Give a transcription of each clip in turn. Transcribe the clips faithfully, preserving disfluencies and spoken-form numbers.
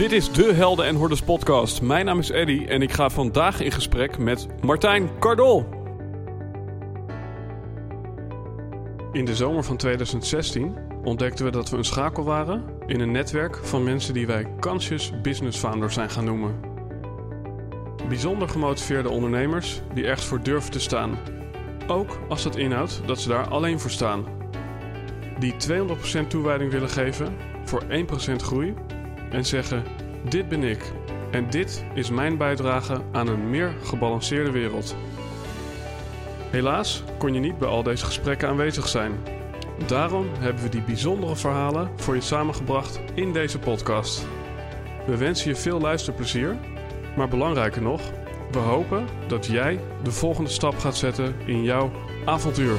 Dit is de Helden en Hordes podcast. Mijn naam is Eddy en ik ga vandaag in gesprek met Martijn Cardol. In de zomer van tweeduizend zestien ontdekten we dat we een schakel waren in een netwerk van mensen die wij Conscious Business Founders zijn gaan noemen. Bijzonder gemotiveerde ondernemers die ergens voor durven te staan. Ook als dat inhoudt dat ze daar alleen voor staan. Die tweehonderd procent toewijding willen geven voor één procent groei en zeggen: dit ben ik en dit is mijn bijdrage aan een meer gebalanceerde wereld. Helaas kon je niet bij al deze gesprekken aanwezig zijn. Daarom hebben we die bijzondere verhalen voor je samengebracht in deze podcast. We wensen je veel luisterplezier, maar belangrijker nog, we hopen dat jij de volgende stap gaat zetten in jouw avontuur.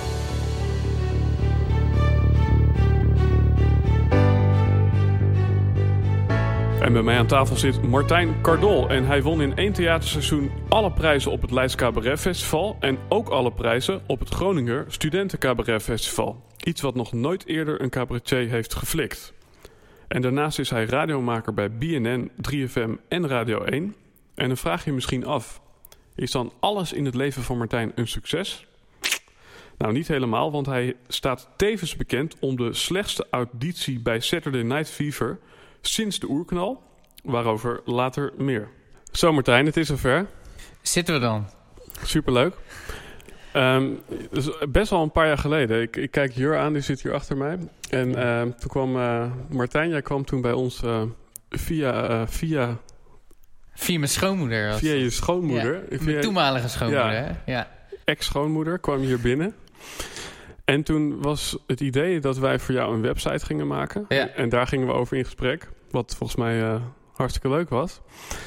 En bij mij aan tafel zit Martijn Cardol en hij won in één theaterseizoen alle prijzen op het Leids Cabaret Festival en ook alle prijzen op het Groninger Studenten Cabaret Festival. Iets wat nog nooit eerder een cabaretier heeft geflikt. En daarnaast is hij radiomaker bij B N N, drie F M en Radio één. En dan vraag je je misschien af, is dan alles in het leven van Martijn een succes? Nou, niet helemaal, want hij staat tevens bekend om de slechtste auditie bij Saturday Night Fever sinds de oerknal, waarover later meer. Zo Martijn, het is zover. Zitten we dan? Superleuk. Um, dus best wel een paar jaar geleden. Ik, ik kijk Jur aan, die zit hier achter mij. En uh, toen kwam uh, Martijn, jij kwam toen bij ons uh, via... Uh, via Via mijn schoonmoeder. Via je schoonmoeder. Ja, via, mijn toenmalige schoonmoeder, ja, hè? Ja. Ex-schoonmoeder kwam hier binnen. En toen was het idee dat wij voor jou een website gingen maken. Ja. En daar gingen we over in gesprek. Wat volgens mij uh, hartstikke leuk was.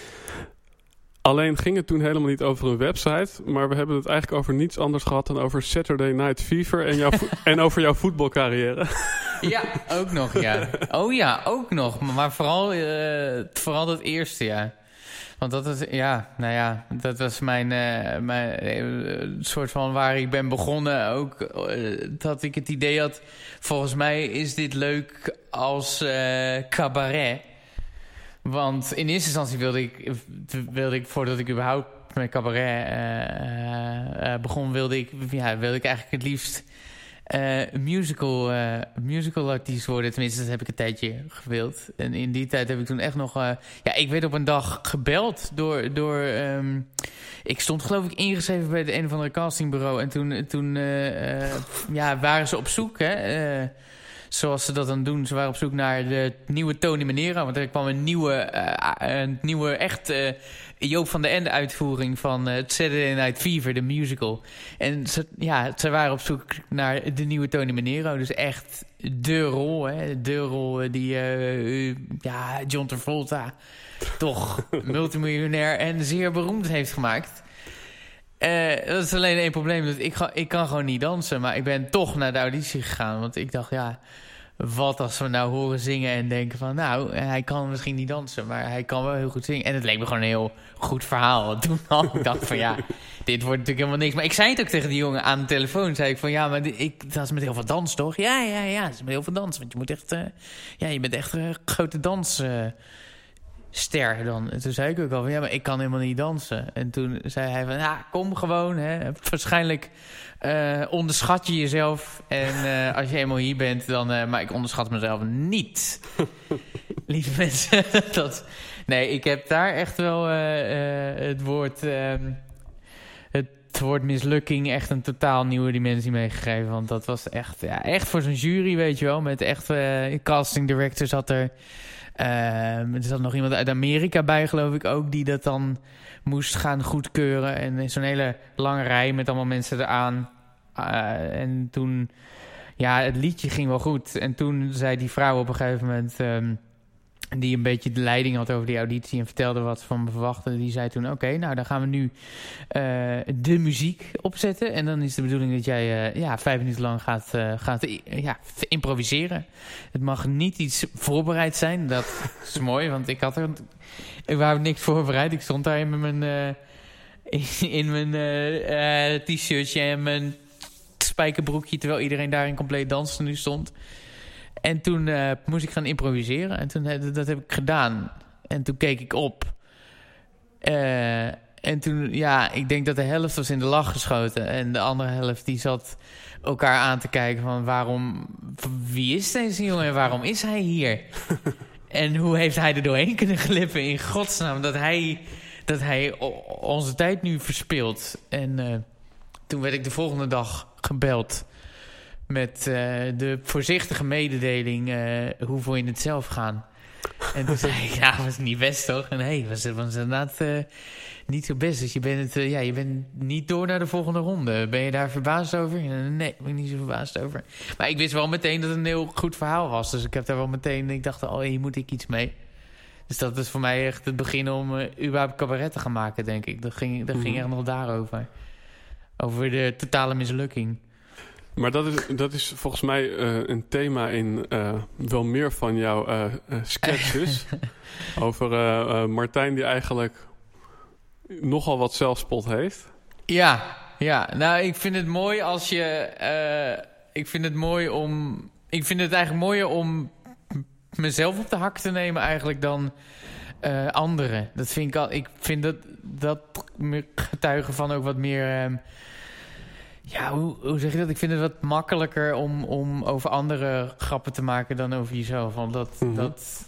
Alleen ging het toen helemaal niet over een website. Maar we hebben het eigenlijk over niets anders gehad dan over Saturday Night Fever. En, jouw vo- en over jouw voetbalcarrière. Ja, ook nog, ja. Oh ja, ook nog. Maar vooral, uh, vooral dat eerste, ja. Want dat is, ja, nou ja, dat was mijn, uh, mijn uh, soort van waar ik ben begonnen. Ook uh, dat ik het idee had, volgens mij is dit leuk als uh, cabaret. Want in eerste instantie wilde ik, wilde ik voordat ik überhaupt met cabaret uh, uh, begon, wilde ik, ja, wilde ik eigenlijk het liefst Uh, musical, uh, musical artiest worden. Tenminste, dat heb ik een tijdje gewild. En in die tijd heb ik toen echt nog... Uh, ja, ik werd op een dag gebeld door... door um, ik stond geloof ik ingeschreven bij de een of andere castingbureau. En toen, toen uh, uh, ja, waren ze op zoek, hè... Uh, zoals ze dat dan doen. Ze waren op zoek naar de nieuwe Tony Manero. Want er kwam een nieuwe, uh, een nieuwe echt uh, Joop van den Ende uitvoering van uh, Saturday Night Fever, de musical. En ze, ja, ze waren op zoek naar de nieuwe Tony Manero. Dus echt de rol, hè, de rol die uh, uh, ja, John Travolta toch multimiljonair en zeer beroemd heeft gemaakt. Uh, dat is alleen één probleem. Dat ik, ga, ik kan gewoon niet dansen. Maar ik ben toch naar de auditie gegaan. Want ik dacht, ja, wat als we nou horen zingen en denken van... nou, hij kan misschien niet dansen, maar hij kan wel heel goed zingen. En het leek me gewoon een heel goed verhaal. Toen al ik dacht van, ja, dit wordt natuurlijk helemaal niks. Maar ik zei het ook tegen die jongen aan de telefoon. Zei ik van, ja, maar ik, dat is met heel veel dans, toch? Ja, ja, ja, dat is met heel veel dans. Want je moet echt, uh, ja, je bent echt een grote dans... Uh, ster dan. En toen zei ik ook al van, ja, maar ik kan helemaal niet dansen. En toen zei hij van, ja, kom gewoon, hè. Waarschijnlijk uh, onderschat je jezelf. En uh, als je eenmaal hier bent, dan... Uh, maar ik onderschat mezelf niet. Lieve mensen, dat... Nee, ik heb daar echt wel uh, uh, het woord... Uh, het woord mislukking echt een totaal nieuwe dimensie meegegeven. Want dat was echt, ja, echt voor zo'n jury, weet je wel. Met echt uh, casting director zat er... Uh, er zat nog iemand uit Amerika bij, geloof ik ook, die dat dan moest gaan goedkeuren. En zo'n hele lange rij met allemaal mensen eraan. Uh, en toen, ja, het liedje ging wel goed. En toen zei die vrouw op een gegeven moment, um, die een beetje de leiding had over die auditie en vertelde wat van me verwachtte, die zei toen, oké, okay, nou dan gaan we nu uh, de muziek opzetten. En dan is de bedoeling dat jij uh, ja, vijf minuten lang gaat, uh, gaat ja, improviseren. Het mag niet iets voorbereid zijn. Dat is mooi, want ik had er ik wou niks voorbereid. Ik stond daar in mijn, uh, in, in mijn uh, uh, t-shirtje en mijn spijkerbroekje, terwijl iedereen daar in compleet dansen nu stond. En toen uh, moest ik gaan improviseren. En toen, uh, dat heb ik gedaan. En toen keek ik op. Uh, en toen, ja, ik denk dat de helft was in de lach geschoten. En de andere helft die zat elkaar aan te kijken van waarom... Wie is deze jongen en waarom is hij hier? En hoe heeft hij er doorheen kunnen glippen in godsnaam dat hij, dat hij onze tijd nu verspilt. En uh, toen werd ik de volgende dag gebeld met uh, de voorzichtige mededeling, uh, hoe vond je het zelf gaan? En toen zei ik, ja, was niet best toch? En nee, was, was inderdaad uh, niet zo best. Dus je bent, uh, ja, je bent niet door naar de volgende ronde. Ben je daar verbaasd over? Nee, ben ik niet zo verbaasd over. Maar ik wist wel meteen dat het een heel goed verhaal was. Dus ik heb daar wel meteen, ik dacht, oh, hier moet ik iets mee. Dus dat is voor mij echt het begin om uh, überhaupt cabaret te gaan maken, denk ik. Dat ging, dat ging echt nog daarover. Over de totale mislukking. Maar dat is, dat is volgens mij uh, een thema in uh, wel meer van jouw uh, uh, sketches. Over uh, uh, Martijn die eigenlijk nogal wat zelfspot heeft. Ja, ja, nou ik vind het mooi als je... Uh, ik vind het mooi om... Ik vind het eigenlijk mooier om mezelf op de hak te nemen eigenlijk dan uh, anderen. Dat vind ik al... Ik vind dat, dat getuigen van ook wat meer... Um, Ja, hoe, hoe zeg je dat? Ik vind het wat makkelijker om, om over andere grappen te maken dan over jezelf. Want dat, mm-hmm. dat,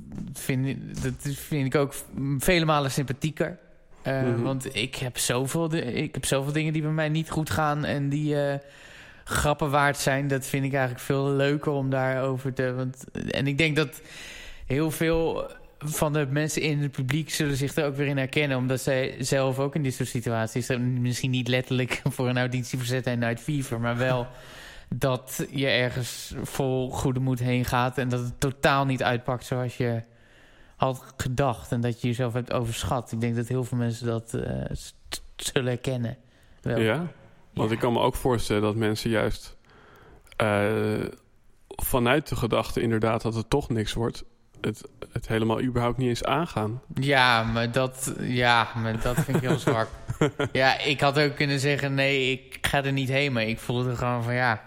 vind, dat vind ik ook vele malen sympathieker. Uh, mm-hmm. Want ik heb, zoveel de, ik heb zoveel dingen die bij mij niet goed gaan en die uh, grappen waard zijn. Dat vind ik eigenlijk veel leuker om daarover te... Want, en ik denk dat heel veel van de mensen in het publiek zullen zich er ook weer in herkennen. Omdat zij zelf ook in dit soort situaties... misschien niet letterlijk voor een auditie verzetten en Night Fever... maar wel dat je ergens vol goede moed heen gaat... en dat het totaal niet uitpakt zoals je had gedacht... en dat je jezelf hebt overschat. Ik denk dat heel veel mensen dat uh, zullen herkennen. Wel. Ja, want ja. Ik kan me ook voorstellen dat mensen juist... Uh, vanuit de gedachte inderdaad dat het toch niks wordt... Het, het helemaal überhaupt niet eens aangaan. Ja, maar dat, ja, maar dat vind ik heel zwak. Ja, ik had ook kunnen zeggen... nee, ik ga er niet heen. Maar ik voelde gewoon van ja...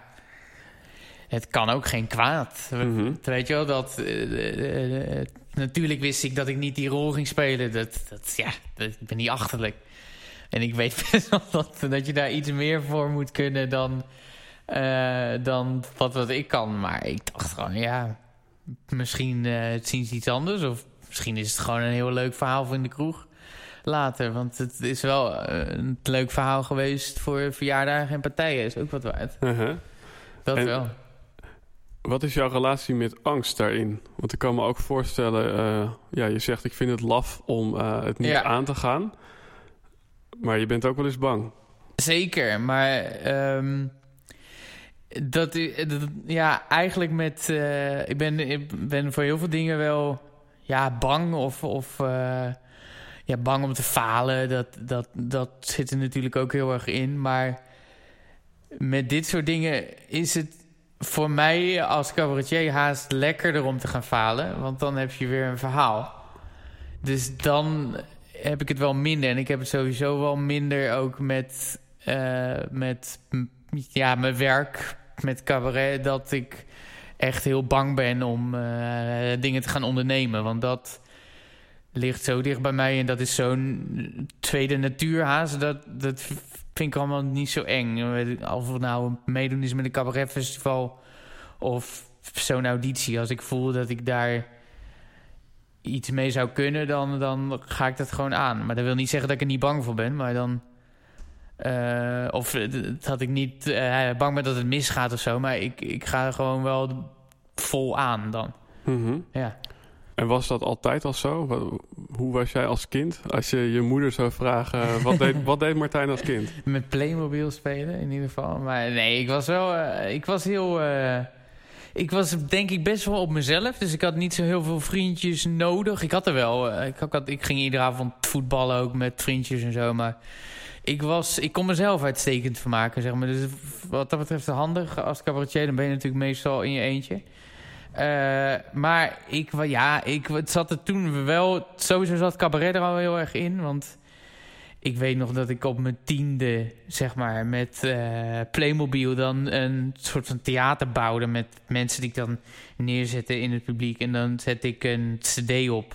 het kan ook geen kwaad. Mm-hmm. Weet je wel, dat... Uh, uh, natuurlijk wist ik dat ik niet die rol ging spelen. Dat, dat, ja, dat, ik ben niet achterlijk. En ik weet best wel dat, dat je daar iets meer voor moet kunnen... dan, uh, dan wat, wat ik kan. Maar ik dacht gewoon, ja... Misschien uh, zien ze iets anders. Of misschien is het gewoon een heel leuk verhaal voor in de kroeg later. Want het is wel uh, een leuk verhaal geweest voor verjaardagen en partijen. Is ook wat waard. Uh-huh. Dat en wel. Wat is jouw relatie met angst daarin? Want ik kan me ook voorstellen... Uh, ja, je zegt ik vind het laf om uh, het niet ja. aan te gaan. Maar je bent ook wel eens bang. Zeker, maar... Um... Dat, dat, ja, eigenlijk met... Uh, ik, ben, ik ben voor heel veel dingen wel ja, bang of, of uh, ja, bang om te falen. Dat, dat, dat zit er natuurlijk ook heel erg in. Maar met dit soort dingen is het voor mij als cabaretier haast lekkerder om te gaan falen. Want dan heb je weer een verhaal. Dus dan heb ik het wel minder. En ik heb het sowieso wel minder ook met, uh, met ja, mijn werk... met cabaret, dat ik echt heel bang ben om uh, dingen te gaan ondernemen. Want dat ligt zo dicht bij mij en dat is zo'n tweede natuurhaast. Dat, dat vind ik allemaal niet zo eng. Of het nou meedoen is met een cabaretfestival of zo'n auditie. Als ik voel dat ik daar iets mee zou kunnen, dan, dan ga ik dat gewoon aan. Maar dat wil niet zeggen dat ik er niet bang voor ben, maar dan... Uh, of dat ik niet uh, bang ben dat het misgaat of zo. Maar ik, ik ga er gewoon wel vol aan dan. Mm-hmm. Ja. En was dat altijd al zo? Hoe was jij als kind? Als je je moeder zou vragen... Wat deed, wat deed Martijn als kind? Met Playmobil spelen in ieder geval. Maar nee, ik was wel... Uh, ik was heel... Uh, ik was denk ik best wel op mezelf. Dus ik had niet zo heel veel vriendjes nodig. Ik had er wel... Uh, ik, had, ik ging iedere avond voetballen ook met vriendjes en zo. Maar... Ik, was, ik kon mezelf uitstekend vermaken, zeg maar. Dus wat dat betreft handig. Als cabaretier, dan ben je natuurlijk meestal in je eentje. Uh, maar ik, ja, ik, het zat er toen wel... Sowieso zat cabaret er al heel erg in. Want ik weet nog dat ik op mijn tiende, zeg maar... met uh, Playmobil dan een soort van theater bouwde... met mensen die ik dan neerzette in het publiek. En dan zet ik een cd op...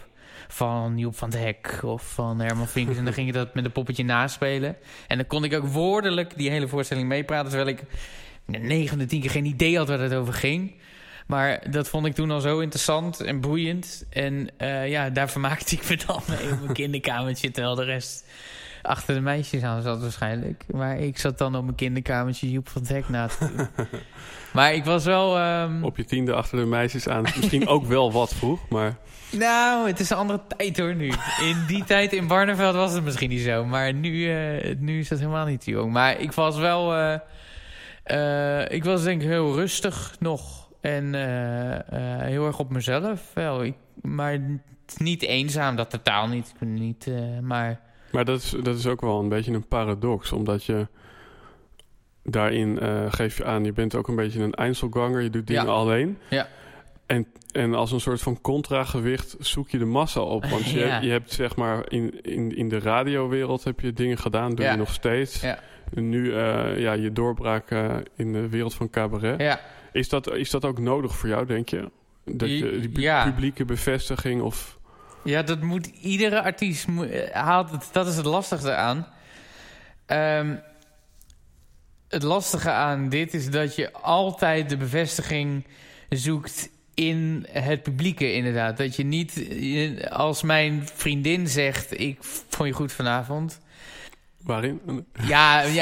van Joep van het Hek of van Herman Vinkers. En dan ging je dat met een poppetje naspelen. En dan kon ik ook woordelijk die hele voorstelling meepraten, terwijl ik negen van de tien keer geen idee had waar het over ging. Maar dat vond ik toen al zo interessant en boeiend. En uh, ja, daar vermaakte ik me dan mee op mijn kinderkamertje, terwijl de rest achter de meisjes aan zat waarschijnlijk. Maar ik zat dan op mijn kinderkamertje Joep van het Hek na te doen. Maar ik was wel... Um... Op je tiende achter de meisjes aan. Misschien ook wel wat vroeg, maar... Nou, het is een andere tijd hoor nu. In die tijd in Barneveld was het misschien niet zo. Maar nu, uh, nu is dat helemaal niet te jong. Maar ik was wel... Uh, uh, ik was denk ik heel rustig nog. En uh, uh, heel erg op mezelf wel. Ik, maar niet eenzaam, dat totaal niet. Ik ben niet uh, maar... Maar dat is, dat is ook wel een beetje een paradox. Omdat je daarin uh, geef je aan... je bent ook een beetje een Einzelganger. Je doet dingen ja. alleen. Ja. En, en als een soort van contragewicht zoek je de massa op. Want je, ja. je hebt zeg maar... In, in, in de radiowereld heb je dingen gedaan. Doe ja. je nog steeds. Ja. En nu uh, ja, je doorbraak uh, in de wereld van cabaret. Ja. Is dat, is dat ook nodig voor jou, denk je? Dat je die ja. publieke bevestiging of... Ja, dat moet iedere artiest haalt het. Dat is het lastigste aan. Um, het lastige aan dit is dat je altijd de bevestiging zoekt in het publieke, inderdaad. Dat je niet, als mijn vriendin zegt, ik vond je goed vanavond. Waarin? Ja, ja.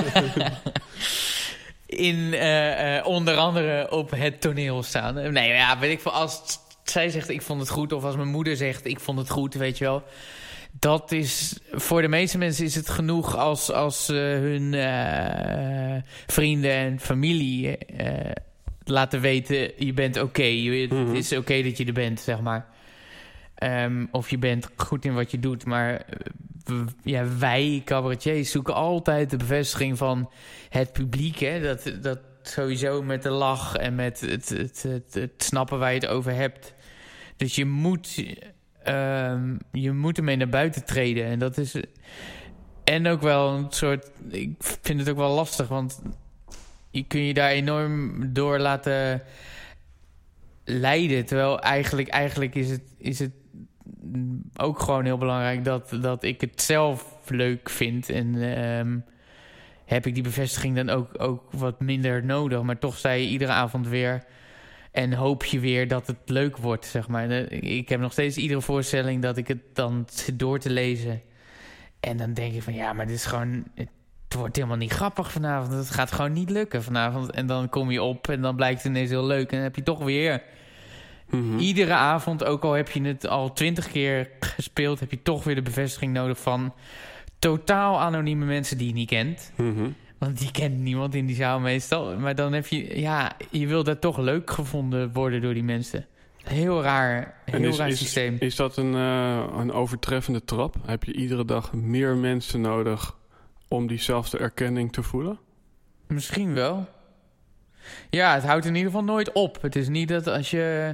in uh, uh, onder andere op het toneel staan. Nee, ja, weet ik veel, als zij zegt ik vond het goed, of als mijn moeder zegt ik vond het goed, weet je wel. Dat is, voor de meeste mensen is het genoeg als, als uh, hun uh, vrienden en familie uh, laten weten, je bent oké. Okay. Mm-hmm. Het is oké okay dat je er bent, zeg maar. Um, of je bent goed in wat je doet. Maar uh, ja, wij, cabaretiers, zoeken altijd de bevestiging van het publiek. Hè? Dat, dat sowieso met de lach en met het, het, het, het snappen waar je het over hebt. Dus je moet, um, je moet ermee naar buiten treden. En dat is... En ook wel een soort... Ik vind het ook wel lastig, want je kun je daar enorm door laten leiden. Terwijl eigenlijk, eigenlijk is het, is het ook gewoon heel belangrijk dat, dat ik het zelf leuk vind. En um, heb ik die bevestiging dan ook, ook wat minder nodig. Maar toch sta je iedere avond weer en hoop je weer dat het leuk wordt, zeg maar. Ik heb nog steeds iedere voorstelling dat ik het dan zit door te lezen. En dan denk je van, ja, maar dit is gewoon... Het wordt helemaal niet grappig vanavond. Het gaat gewoon niet lukken vanavond. En dan kom je op en dan blijkt het ineens heel leuk. En dan heb je toch weer... Mm-hmm. Iedere avond, ook al heb je het al twintig keer gespeeld... heb je toch weer de bevestiging nodig van... totaal anonieme mensen die je niet kent. Mm-hmm. Want die kent niemand in die zaal meestal. Maar dan heb je... Ja, je wil dat toch leuk gevonden worden door die mensen. Heel raar, heel is, raar is, systeem. Is dat een, uh, een overtreffende trap? Heb je iedere dag meer mensen nodig om diezelfde erkenning te voelen? Misschien wel. Ja, het houdt in ieder geval nooit op. Het is niet dat als je...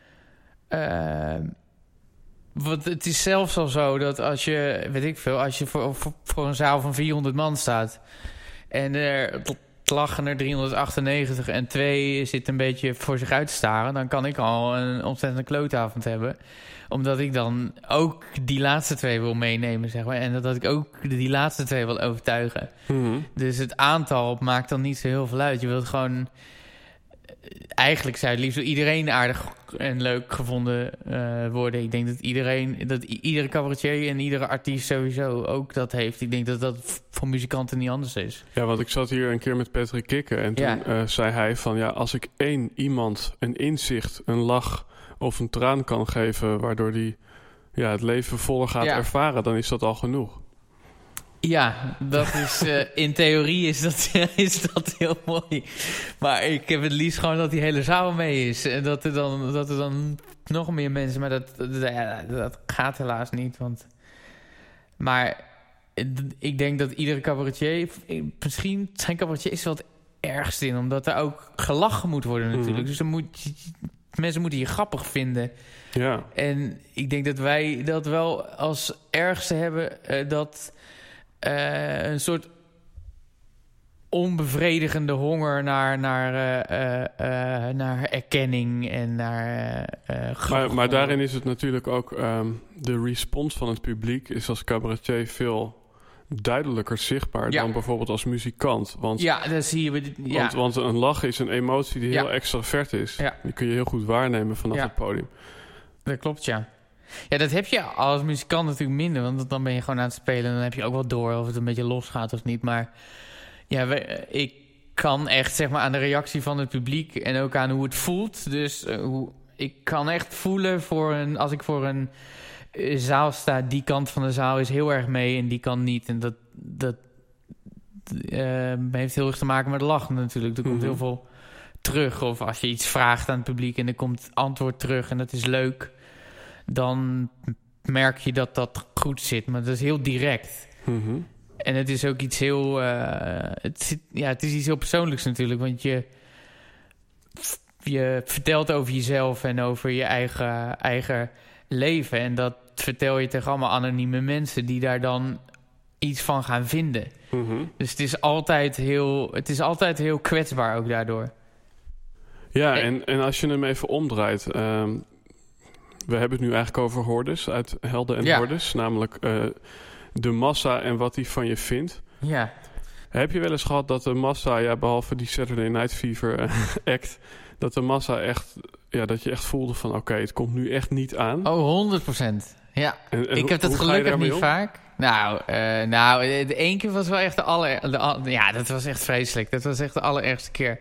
Uh, want het is zelfs al zo dat als je... Weet ik veel, als je voor, voor, voor een zaal van vierhonderd man staat... en er lachen er driehonderdachtennegentig en twee zitten een beetje voor zich uit te staren... dan kan ik al een ontzettende klootavond hebben. Omdat ik dan ook die laatste twee wil meenemen, zeg maar. En dat ik ook die laatste twee wil overtuigen. Mm-hmm. Dus het aantal maakt dan niet zo heel veel uit. Je wilt gewoon... Eigenlijk zou het liefst door iedereen aardig en leuk gevonden uh, worden. Ik denk dat iedereen, dat i- iedere cabaretier en iedere artiest sowieso ook dat heeft. Ik denk dat dat voor muzikanten niet anders is. Ja, want ik zat hier een keer met Patrick Kikken en toen ja. uh, zei hij van... ja, als ik één iemand een inzicht, een lach of een traan kan geven... waardoor die ja, het leven voller gaat ja. ervaren, dan is dat al genoeg. Ja, dat is, uh, in theorie is dat, is dat heel mooi. Maar ik heb het liefst gewoon dat die hele zaal mee is. En dat er dan, dat er dan nog meer mensen... Maar dat, dat, ja, dat gaat helaas niet. Want... Maar ik denk dat iedere cabaretier... Misschien zijn cabaretiers wel het ergste in. Omdat er ook gelachen moet worden natuurlijk. Mm. Dus dan moet, mensen moeten je grappig vinden. Ja. En ik denk dat wij dat wel als ergste hebben... Uh, dat... Uh, een soort onbevredigende honger naar, naar, uh, uh, uh, naar erkenning en naar... Uh, uh, maar, maar daarin is het natuurlijk ook... Um, de respons van het publiek is als cabaretier veel duidelijker zichtbaar... Ja. dan bijvoorbeeld als muzikant. Want, ja, dat zie je... Ja. Want, want een lach is een emotie die ja. heel extravert is. Ja. Die kun je heel goed waarnemen vanaf ja. het podium. Dat klopt, ja. Ja, dat heb je als muzikant natuurlijk minder... want dan ben je gewoon aan het spelen... en dan heb je ook wel door of het een beetje los gaat of niet. Maar ja, we, ik kan echt zeg maar aan de reactie van het publiek... en ook aan hoe het voelt. Dus uh, hoe, ik kan echt voelen voor een, als ik voor een uh, zaal sta... die kant van de zaal is heel erg mee en die kant niet. En dat, dat uh, heeft heel erg te maken met lachen natuurlijk. Er komt mm-hmm. heel veel terug. Of als je iets vraagt aan het publiek en er komt antwoord terug... en dat is leuk... dan merk je dat dat goed zit. Maar dat is heel direct. Mm-hmm. En het is ook iets heel... Uh, het, zit, ja, het is iets heel persoonlijks natuurlijk. Want je, je vertelt over jezelf en over je eigen, eigen leven. En dat vertel je tegen allemaal anonieme mensen... die daar dan iets van gaan vinden. Mm-hmm. Dus het is altijd heel, het is altijd heel kwetsbaar ook daardoor. Ja, en, en als je hem even omdraait... Um... We hebben het nu eigenlijk over Hordes, uit Helden en ja. Hordes. Namelijk uh, de massa en wat die van je vindt. Ja. Heb je wel eens gehad dat de massa, ja, behalve die Saturday Night Fever uh, act... dat de massa echt, ja, dat je echt voelde van... oké, okay, het komt nu echt niet aan? Oh, honderd procent. Ja, en, en ik heb ho- dat gelukkig niet om? vaak. Nou, uh, nou, de één keer was wel echt de aller... De, ja, dat was echt vreselijk. Dat was echt de allerergste keer.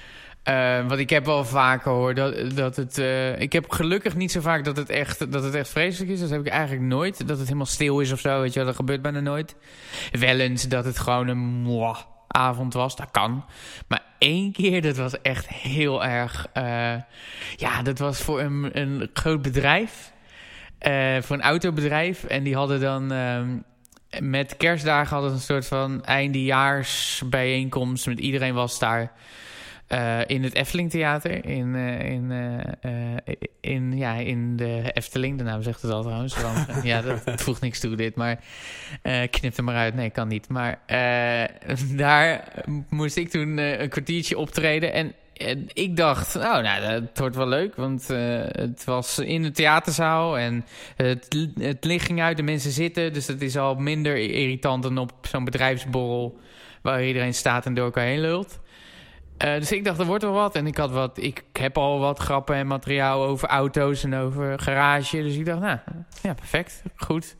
Uh, want ik heb wel vaker hoor dat, dat het... Uh, ik heb gelukkig niet zo vaak dat het, echt, dat het echt vreselijk is. Dat heb ik eigenlijk nooit. Dat het helemaal stil is of zo. Weet je wel, dat gebeurt bijna nooit. Wel eens dat het gewoon een mwah avond was. Dat kan. Maar één keer, dat was echt heel erg... Uh, ja, dat was voor een, een groot bedrijf. Uh, voor een autobedrijf. En die hadden dan... Uh, met kerstdagen hadden ze een soort van eindejaarsbijeenkomst. Met iedereen was daar... Uh, in het Efteling Theater. In, uh, in, uh, uh, in, ja, in de Efteling. De naam zegt het al trouwens. Ja, dat, dat voegt niks toe dit. Maar uh, knip er maar uit. Nee, kan niet. Maar uh, daar moest ik toen uh, een kwartiertje optreden. En, en ik dacht, oh, nou, dat wordt wel leuk. Want uh, het was in een theaterzaal. En het, het licht ging uit. De mensen zitten. Dus dat is al minder irritant dan op zo'n bedrijfsborrel... waar iedereen staat en door elkaar heen lult. Uh, dus ik dacht, er wordt wel wat. En ik had wat, ik heb al wat grappen en materiaal over auto's en over garage. Dus ik dacht, nou, ja, perfect. Goed.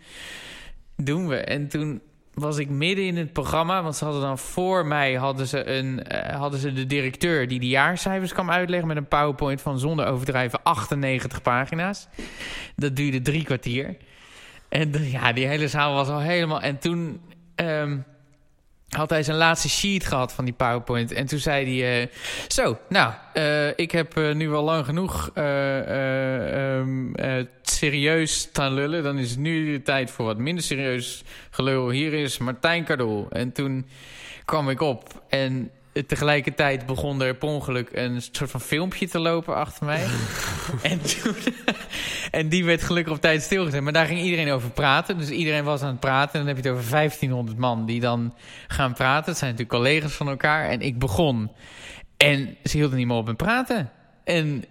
Doen we. En toen was ik midden in het programma. Want ze hadden dan voor mij hadden ze, een, uh, hadden ze de directeur die de jaarcijfers kwam uitleggen met een PowerPoint van zonder overdrijven achtennegentig pagina's. Dat duurde drie kwartier. En de, ja, die hele zaal was al helemaal... En toen... Um, had hij zijn laatste sheet gehad van die PowerPoint. En toen zei hij... Uh, zo, nou, uh, ik heb uh, nu al lang genoeg uh, uh, um, uh, serieus staan lullen. Dan is het nu de tijd voor wat minder serieus gelul. Hier is Martijn Cardol. En toen kwam ik op. En tegelijkertijd begon er per ongeluk een soort van filmpje te lopen achter mij. en, toen, en die werd gelukkig op tijd stilgezet. Maar daar ging iedereen over praten. Dus iedereen was aan het praten. En dan heb je het over vijftienhonderd man die dan gaan praten. Het zijn natuurlijk collega's van elkaar. En ik begon. En ze hielden niet meer op met praten. En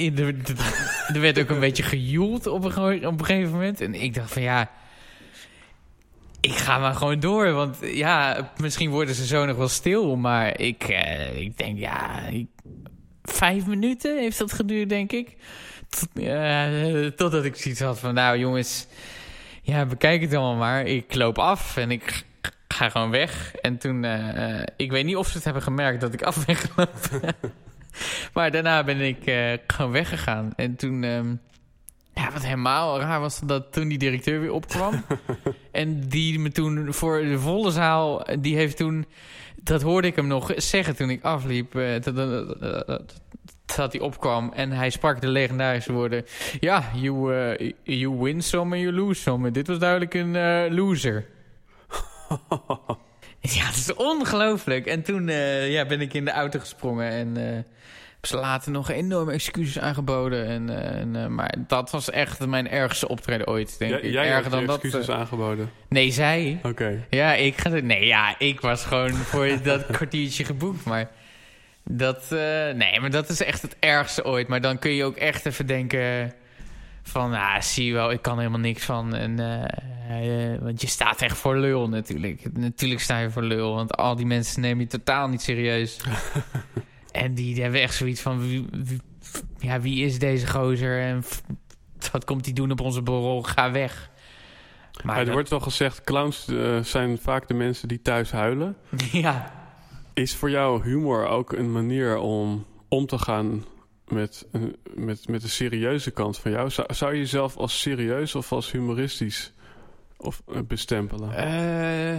er werd ook een beetje gejoeld op een, op een gegeven moment. En ik dacht van ja... Ik ga maar gewoon door, want ja, misschien worden ze zo nog wel stil. Maar ik, uh, ik denk, ja, ik, vijf minuten heeft dat geduurd, denk ik. Tot, uh, totdat ik zoiets had van, nou jongens, ja, bekijk het allemaal maar. Ik loop af en ik ga gewoon weg. En toen, uh, ik weet niet of ze het hebben gemerkt dat ik af ben gelopen. Maar daarna ben ik uh, gewoon weggegaan. En toen... Um, Ja, wat helemaal raar was dat toen die directeur weer opkwam. en die me toen voor de volle zaal... die heeft toen... dat hoorde ik hem nog zeggen toen ik afliep. Dat, dat, dat, dat hij opkwam en hij sprak de legendarische woorden... Ja, you, uh, you win some and you lose some. Dit was duidelijk een uh, loser. Ja, dat is ongelooflijk. En toen uh, ja, ben ik in de auto gesprongen en... Uh, ze later nog enorme excuses aangeboden. En, uh, en, uh, maar dat was echt mijn ergste optreden ooit, denk ja, ik. Jij Erger hebt dan excuses dat, uh, aangeboden? Nee, zij. Oké. Okay. Ja, ik ga nee, ja, ik was gewoon voor dat kwartiertje geboekt. Maar dat, uh, nee, maar dat is echt het ergste ooit. Maar dan kun je ook echt even denken van, ah, zie je wel, ik kan helemaal niks van. En, uh, uh, want je staat echt voor lul natuurlijk. Natuurlijk sta je voor lul, want al die mensen nemen je totaal niet serieus. En die, die hebben echt zoiets van, wie, wie, ja, wie is deze gozer? En wat komt hij doen op onze borrel? Ga weg. Maar ja, er dat... wordt wel gezegd, clowns uh, zijn vaak de mensen die thuis huilen. Ja. Is voor jou humor ook een manier om om te gaan met, met, met de serieuze kant van jou? Zou, zou je jezelf als serieus of als humoristisch of, uh, bestempelen? Uh,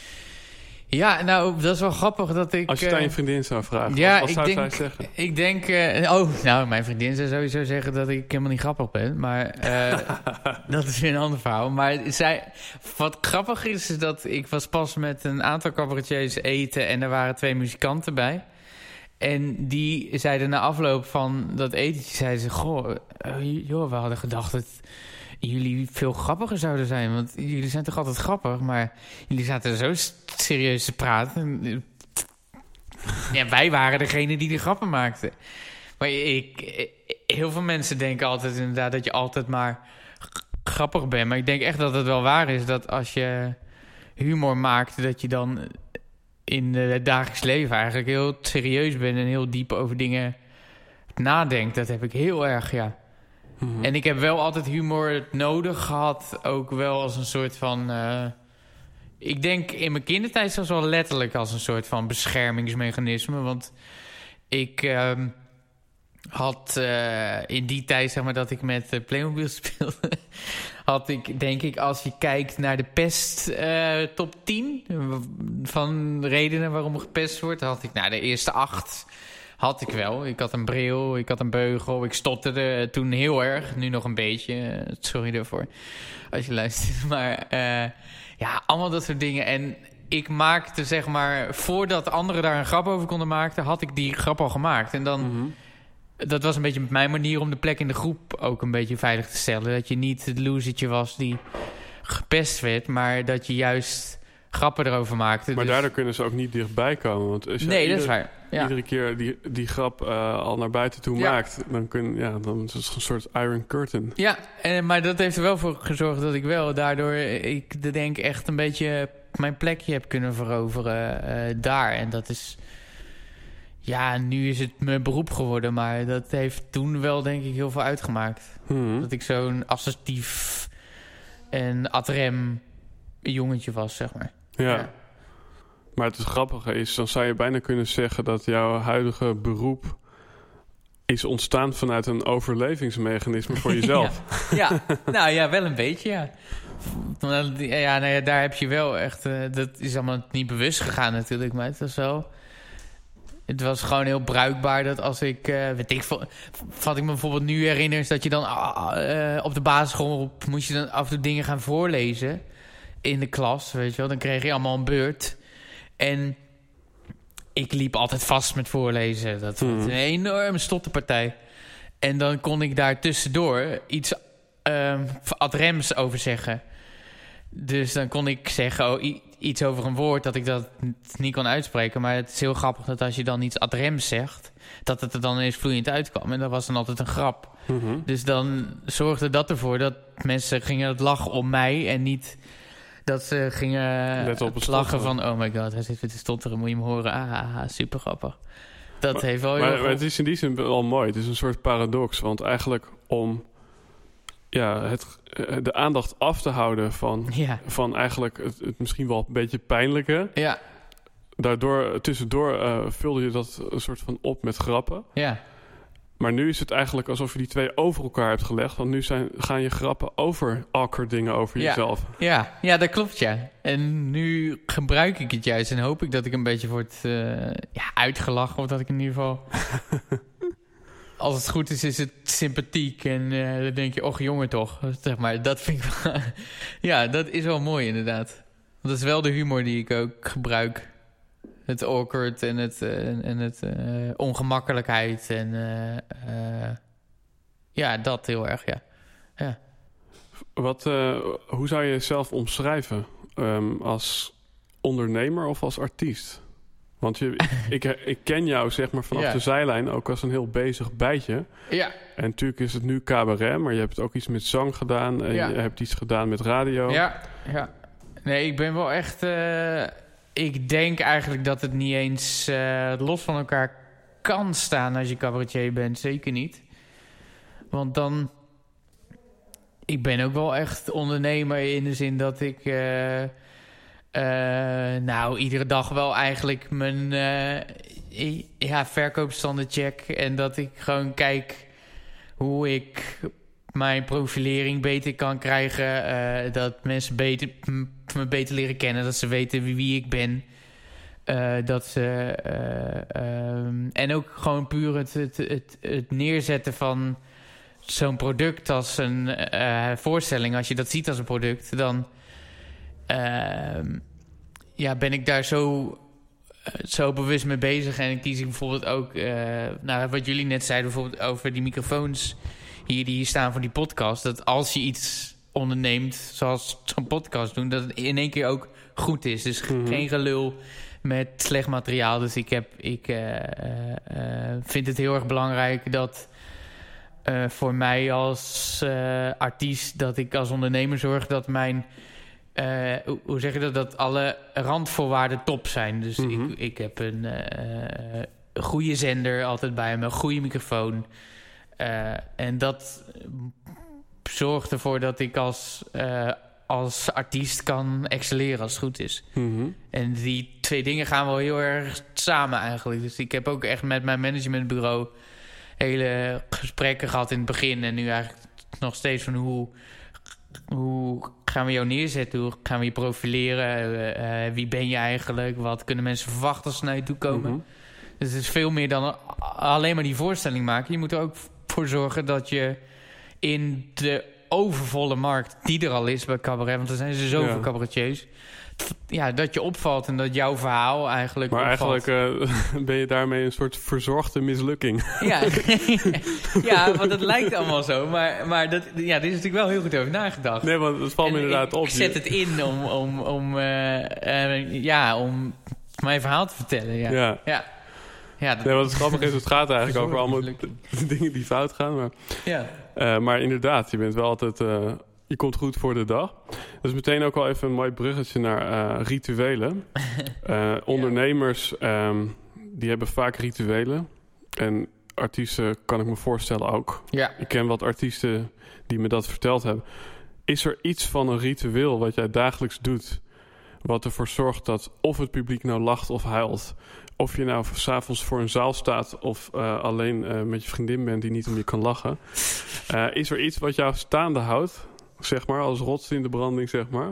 ja, nou, dat is wel grappig dat ik... Als je het aan je vriendin zou vragen, ja, wat, wat ik zou denk, zij zeggen? Ik denk... Uh, oh, nou, mijn vriendin zou sowieso zeggen dat ik helemaal niet grappig ben. Maar uh, dat is weer een ander verhaal. Maar zij, wat grappig is, is dat ik was pas met een aantal cabaretiers eten en er waren twee muzikanten bij. En die zeiden na afloop van dat etentje, zeiden ze, goh, uh, joh, we hadden gedacht dat jullie veel grappiger zouden zijn. Want jullie zijn toch altijd grappig, maar jullie zaten zo serieus te praten. Ja, wij waren degene die de grappen maakten. Maar ik, heel veel mensen denken altijd inderdaad dat je altijd maar grappig bent. Maar ik denk echt dat het wel waar is dat als je humor maakt, dat je dan in het dagelijks leven eigenlijk heel serieus bent en heel diep over dingen nadenkt. Dat heb ik heel erg, ja. Mm-hmm. En ik heb wel altijd humor nodig gehad, ook wel als een soort van... Uh, ik denk in mijn kindertijd zelfs wel letterlijk als een soort van beschermingsmechanisme. Want ik uh, had uh, in die tijd, zeg maar, dat ik met uh, Playmobil speelde, had ik, denk ik, als je kijkt naar de pest uh, top tien van redenen waarom gepest wordt, had ik nou de eerste acht had ik wel. Ik had een bril, ik had een beugel, ik stotterde toen heel erg, nu nog een beetje. Sorry daarvoor, als je luistert. Maar uh, ja, allemaal dat soort dingen. En ik maakte, zeg maar, voordat anderen daar een grap over konden maken, had ik die grap al gemaakt. En dan, mm-hmm. dat was een beetje mijn manier om de plek in de groep ook een beetje veilig te stellen. Dat je niet het losertje was die gepest werd, maar dat je juist grappen erover maakte. Maar dus... daardoor kunnen ze ook niet dichtbij komen. Want als je nee, ieder, dat is waar. Ja. Iedere keer die, die grap uh, al naar buiten toe ja. maakt, dan, kun, ja, dan is het een soort Iron Curtain. Ja, en, maar dat heeft er wel voor gezorgd dat ik wel daardoor, ik denk echt een beetje mijn plekje heb kunnen veroveren uh, daar. En dat is, ja, nu is het mijn beroep geworden, maar dat heeft toen wel, denk ik, heel veel uitgemaakt. Hmm. Dat ik zo'n assertief en ad rem jongetje was, zeg maar. Ja. ja. Maar het grappige is, dan zou je bijna kunnen zeggen dat jouw huidige beroep is ontstaan vanuit een overlevingsmechanisme voor jezelf. ja. ja, nou ja, wel een beetje, ja. Ja, nou ja, daar heb je wel echt... Uh, dat is allemaal niet bewust gegaan natuurlijk, maar het was wel... Het was gewoon heel bruikbaar dat als ik... Uh, weet ik wat ik me bijvoorbeeld nu herinner is dat je dan uh, op de basisschool moest je dan af en toe dingen gaan voorlezen in de klas, weet je wel. Dan kreeg je allemaal een beurt. En ik liep altijd vast met voorlezen. Dat was een enorme stotterpartij. En dan kon ik daar tussendoor iets uh, ad rems over zeggen. Dus dan kon ik zeggen oh, i- iets over een woord dat ik dat niet kon uitspreken. Maar het is heel grappig dat als je dan iets ad rems zegt, dat het er dan eens vloeiend uitkwam. En dat was dan altijd een grap. Mm-hmm. Dus dan zorgde dat ervoor dat mensen gingen het lachen om mij en niet... Dat ze gingen lachen van... oh my god, hij zit weer te stotteren, moet je hem horen. Ah, ah, ah super grappig. Dat maar, heeft wel heel maar, maar het is in die zin wel mooi. Het is een soort paradox. Want eigenlijk om ja, het, de aandacht af te houden van, ja. van eigenlijk het, het misschien wel een beetje pijnlijke... Ja. Daardoor, tussendoor uh, vulde je dat een soort van op met grappen. Ja. Maar nu is het eigenlijk alsof je die twee over elkaar hebt gelegd. Want nu zijn, gaan je grappen over awkward dingen over ja, jezelf. Ja, ja, dat klopt, ja. En nu gebruik ik het juist. En hoop ik dat ik een beetje word uh, ja, uitgelachen. Of dat ik in ieder geval... Als het goed is, is het sympathiek. En uh, dan denk je, och jongen toch. Zeg maar, dat vind ik wel... ja, dat is wel mooi inderdaad. Want dat is wel de humor die ik ook gebruik. het awkward en het, uh, en het uh, ongemakkelijkheid. En uh, uh, ja, dat heel erg, ja. ja. Wat, uh, hoe zou je jezelf omschrijven? Um, als ondernemer of als artiest? Want je, ik, ik ken jou zeg maar vanaf ja. de zijlijn ook als een heel bezig bijtje. Ja. En natuurlijk is het nu cabaret, maar je hebt ook iets met zang gedaan. En ja. je hebt iets gedaan met radio. Ja, ja. Nee, ik ben wel echt... Uh, ik denk eigenlijk dat het niet eens uh, los van elkaar kan staan als je cabaretier bent. Zeker niet. Want dan... Ik ben ook wel echt ondernemer in de zin dat ik... Uh, uh, nou, iedere dag wel eigenlijk mijn uh, ja, verkoopstanden check. En dat ik gewoon kijk hoe ik mijn profilering beter kan krijgen. Uh, dat mensen beter, me beter leren kennen. Dat ze weten wie, wie ik ben. Uh, dat ze... Uh, um, en ook gewoon puur het, het, het, het neerzetten van... zo'n product als een uh, voorstelling, als je dat ziet als een product, dan uh, ja, ben ik daar zo, uh, zo bewust mee bezig. En kies ik bijvoorbeeld ook, uh, nou, wat jullie net zeiden, bijvoorbeeld over die microfoons hier die hier staan voor die podcast. Dat als je iets onderneemt, zoals zo'n podcast doen, dat het in één keer ook goed is. Dus mm-hmm. geen gelul met slecht materiaal. Dus ik, heb, ik uh, uh, uh, vind het heel erg belangrijk dat... Uh, voor mij als uh, artiest, dat ik als ondernemer zorg dat mijn... Uh, hoe, hoe zeg je dat? Dat alle randvoorwaarden top zijn. Dus mm-hmm. ik, ik heb een uh, goede zender altijd bij me, een goede microfoon. Uh, en dat zorgt ervoor dat ik als, uh, als artiest kan excelleren als het goed is. Mm-hmm. En die twee dingen gaan wel heel erg samen eigenlijk. Dus ik heb ook echt met mijn managementbureau... hele gesprekken gehad in het begin. En nu eigenlijk nog steeds van hoe, hoe gaan we jou neerzetten? Hoe gaan we je profileren? Uh, uh, wie ben je eigenlijk? Wat kunnen mensen verwachten als ze naar je toe komen? Mm-hmm. Dus het is veel meer dan alleen maar die voorstelling maken. Je moet er ook voor zorgen dat je in de overvolle markt... die er al is bij cabaret... want er zijn er zoveel ja. cabaretiers... ja, dat je opvalt en dat jouw verhaal eigenlijk Maar opvalt. eigenlijk uh, ben je daarmee een soort verzorgde mislukking. Ja, ja, want het lijkt allemaal zo. Maar, maar dat, ja, er is natuurlijk wel heel goed over nagedacht. Nee, want het valt me en inderdaad ik, op. Ik zet het in om, om, om, uh, uh, ja, om mijn verhaal te vertellen. Ja, ja. ja. ja dat, nee, wat het grappig is, het gaat eigenlijk over allemaal d- dingen die fout gaan. Maar, ja. uh, maar inderdaad, je bent wel altijd... Uh, je komt goed voor de dag. Dus meteen ook wel even een mooi bruggetje naar uh, rituelen. Uh, ondernemers, um, die hebben vaak rituelen. En artiesten kan ik me voorstellen ook. Ja. Ik ken wat artiesten die me dat verteld hebben. Is er iets van een ritueel wat jij dagelijks doet... wat ervoor zorgt dat of het publiek nou lacht of huilt... of je nou 's avonds voor een zaal staat... of uh, alleen uh, met je vriendin bent die niet om je kan lachen... Uh, is er iets wat jou staande houdt... zeg maar, als rots in de branding, zeg maar?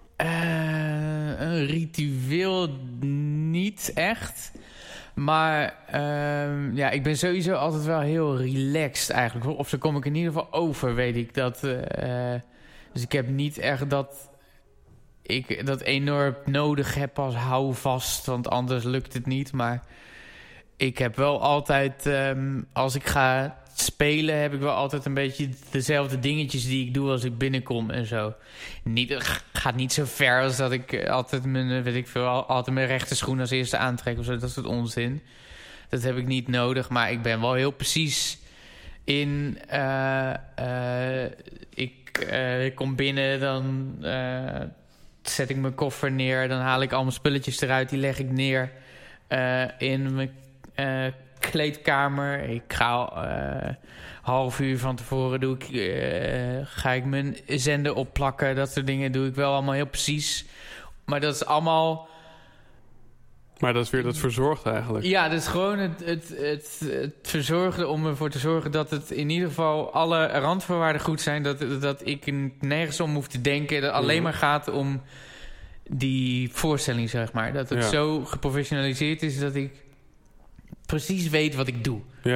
Uh, een ritueel niet echt. Maar uh, ja, ik ben sowieso altijd wel heel relaxed eigenlijk. Of zo kom ik in ieder geval over, weet ik. Dat, uh, dus ik heb niet echt dat ik dat enorm nodig heb als houvast. Want anders lukt het niet. Maar ik heb wel altijd, um, als ik ga... spelen heb ik wel altijd een beetje dezelfde dingetjes die ik doe als ik binnenkom en zo. Niet, het gaat niet zo ver als dat ik altijd mijn, weet ik veel, altijd mijn rechte schoen als eerste aantrek of zo. Dat soort onzin. Dat heb ik niet nodig, maar ik ben wel heel precies in... Uh, uh, ik, uh, ik kom binnen, dan uh, zet ik mijn koffer neer, dan haal ik al mijn spulletjes eruit, die leg ik neer uh, in mijn... Uh, kleedkamer. Ik ga uh, half uur van tevoren doe ik, uh, ga ik mijn zender opplakken. Dat soort dingen doe ik wel allemaal heel precies. Maar dat is allemaal... Maar dat is weer dat verzorgd eigenlijk. Ja, dat is gewoon het, het, het, het verzorgde om ervoor te zorgen dat het in ieder geval alle randvoorwaarden goed zijn. Dat, dat ik nergens om hoef te denken. Dat het alleen maar gaat om die voorstelling, zeg maar. Dat het ja. zo geprofessionaliseerd is dat ik precies weet wat ik doe. Ja.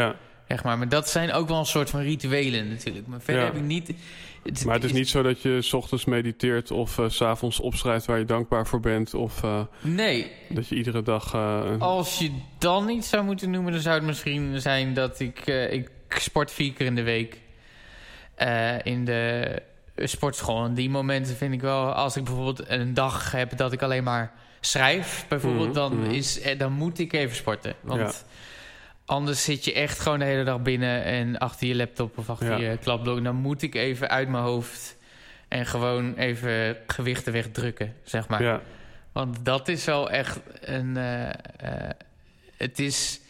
Zeg maar. Maar dat zijn ook wel een soort van rituelen natuurlijk. Maar verder Ja. heb ik niet... Het, Maar het is niet zo dat je 's ochtends mediteert of uh, 's avonds opschrijft waar je dankbaar voor bent. Of uh, Nee. dat je iedere dag... Uh, Als je dan iets zou moeten noemen, dan zou het misschien zijn dat ik... Uh, ik sport vier keer in de week uh, in de sportschool. En die momenten vind ik wel... Als ik bijvoorbeeld een dag heb dat ik alleen maar schrijf, bijvoorbeeld... Mm-hmm, dan, mm-hmm. is, dan moet ik even sporten. Want... Ja. Anders zit je echt gewoon de hele dag binnen en achter je laptop of achter Ja. je klapblok. Dan moet ik even uit mijn hoofd en gewoon even gewichten wegdrukken, zeg maar. Ja. Want dat is wel echt een... Uh, uh, het is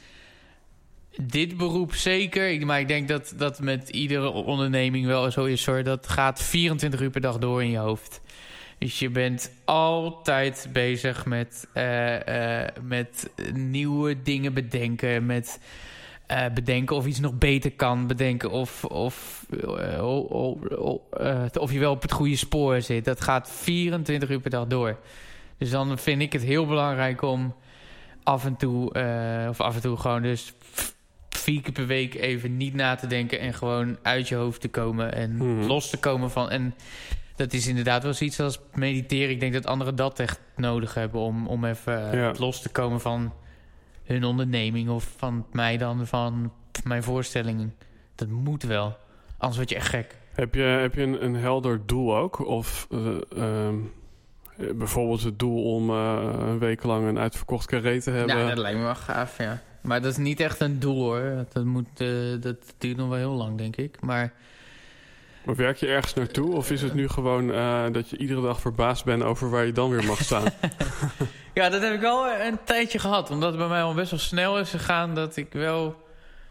dit beroep zeker, ik- maar ik denk dat dat met iedere onderneming wel zo is, hoor. Dat gaat vierentwintig uur per dag door in je hoofd. Dus je bent altijd bezig met, uh, uh, met nieuwe dingen bedenken. Met uh, bedenken of iets nog beter kan. Bedenken of, of, uh, oh, oh, oh, uh, of je wel op het goede spoor zit. Dat gaat vierentwintig uur per dag door. Dus dan vind ik het heel belangrijk om af en toe... Uh, of af en toe gewoon dus vier keer per week even niet na te denken... en gewoon uit je hoofd te komen en Hmm. los te komen van... En, dat is inderdaad wel zoiets als mediteren. Ik denk dat anderen dat echt nodig hebben... om, om even Ja. los te komen van hun onderneming... of van mij dan, van mijn voorstellingen. Dat moet wel. Anders word je echt gek. Heb je, heb je een, een helder doel ook? Of uh, um, bijvoorbeeld het doel om uh, een week lang een uitverkocht carré te hebben? Ja, dat lijkt me wel gaaf, ja. Maar dat is niet echt een doel, hoor. Dat, moet, uh, dat duurt nog wel heel lang, denk ik. Maar... Maar werk je ergens naartoe? Of is het nu gewoon uh, dat je iedere dag verbaasd bent over waar je dan weer mag staan? Ja, dat heb ik wel een tijdje gehad. Omdat het bij mij al best wel snel is gegaan. Dat ik wel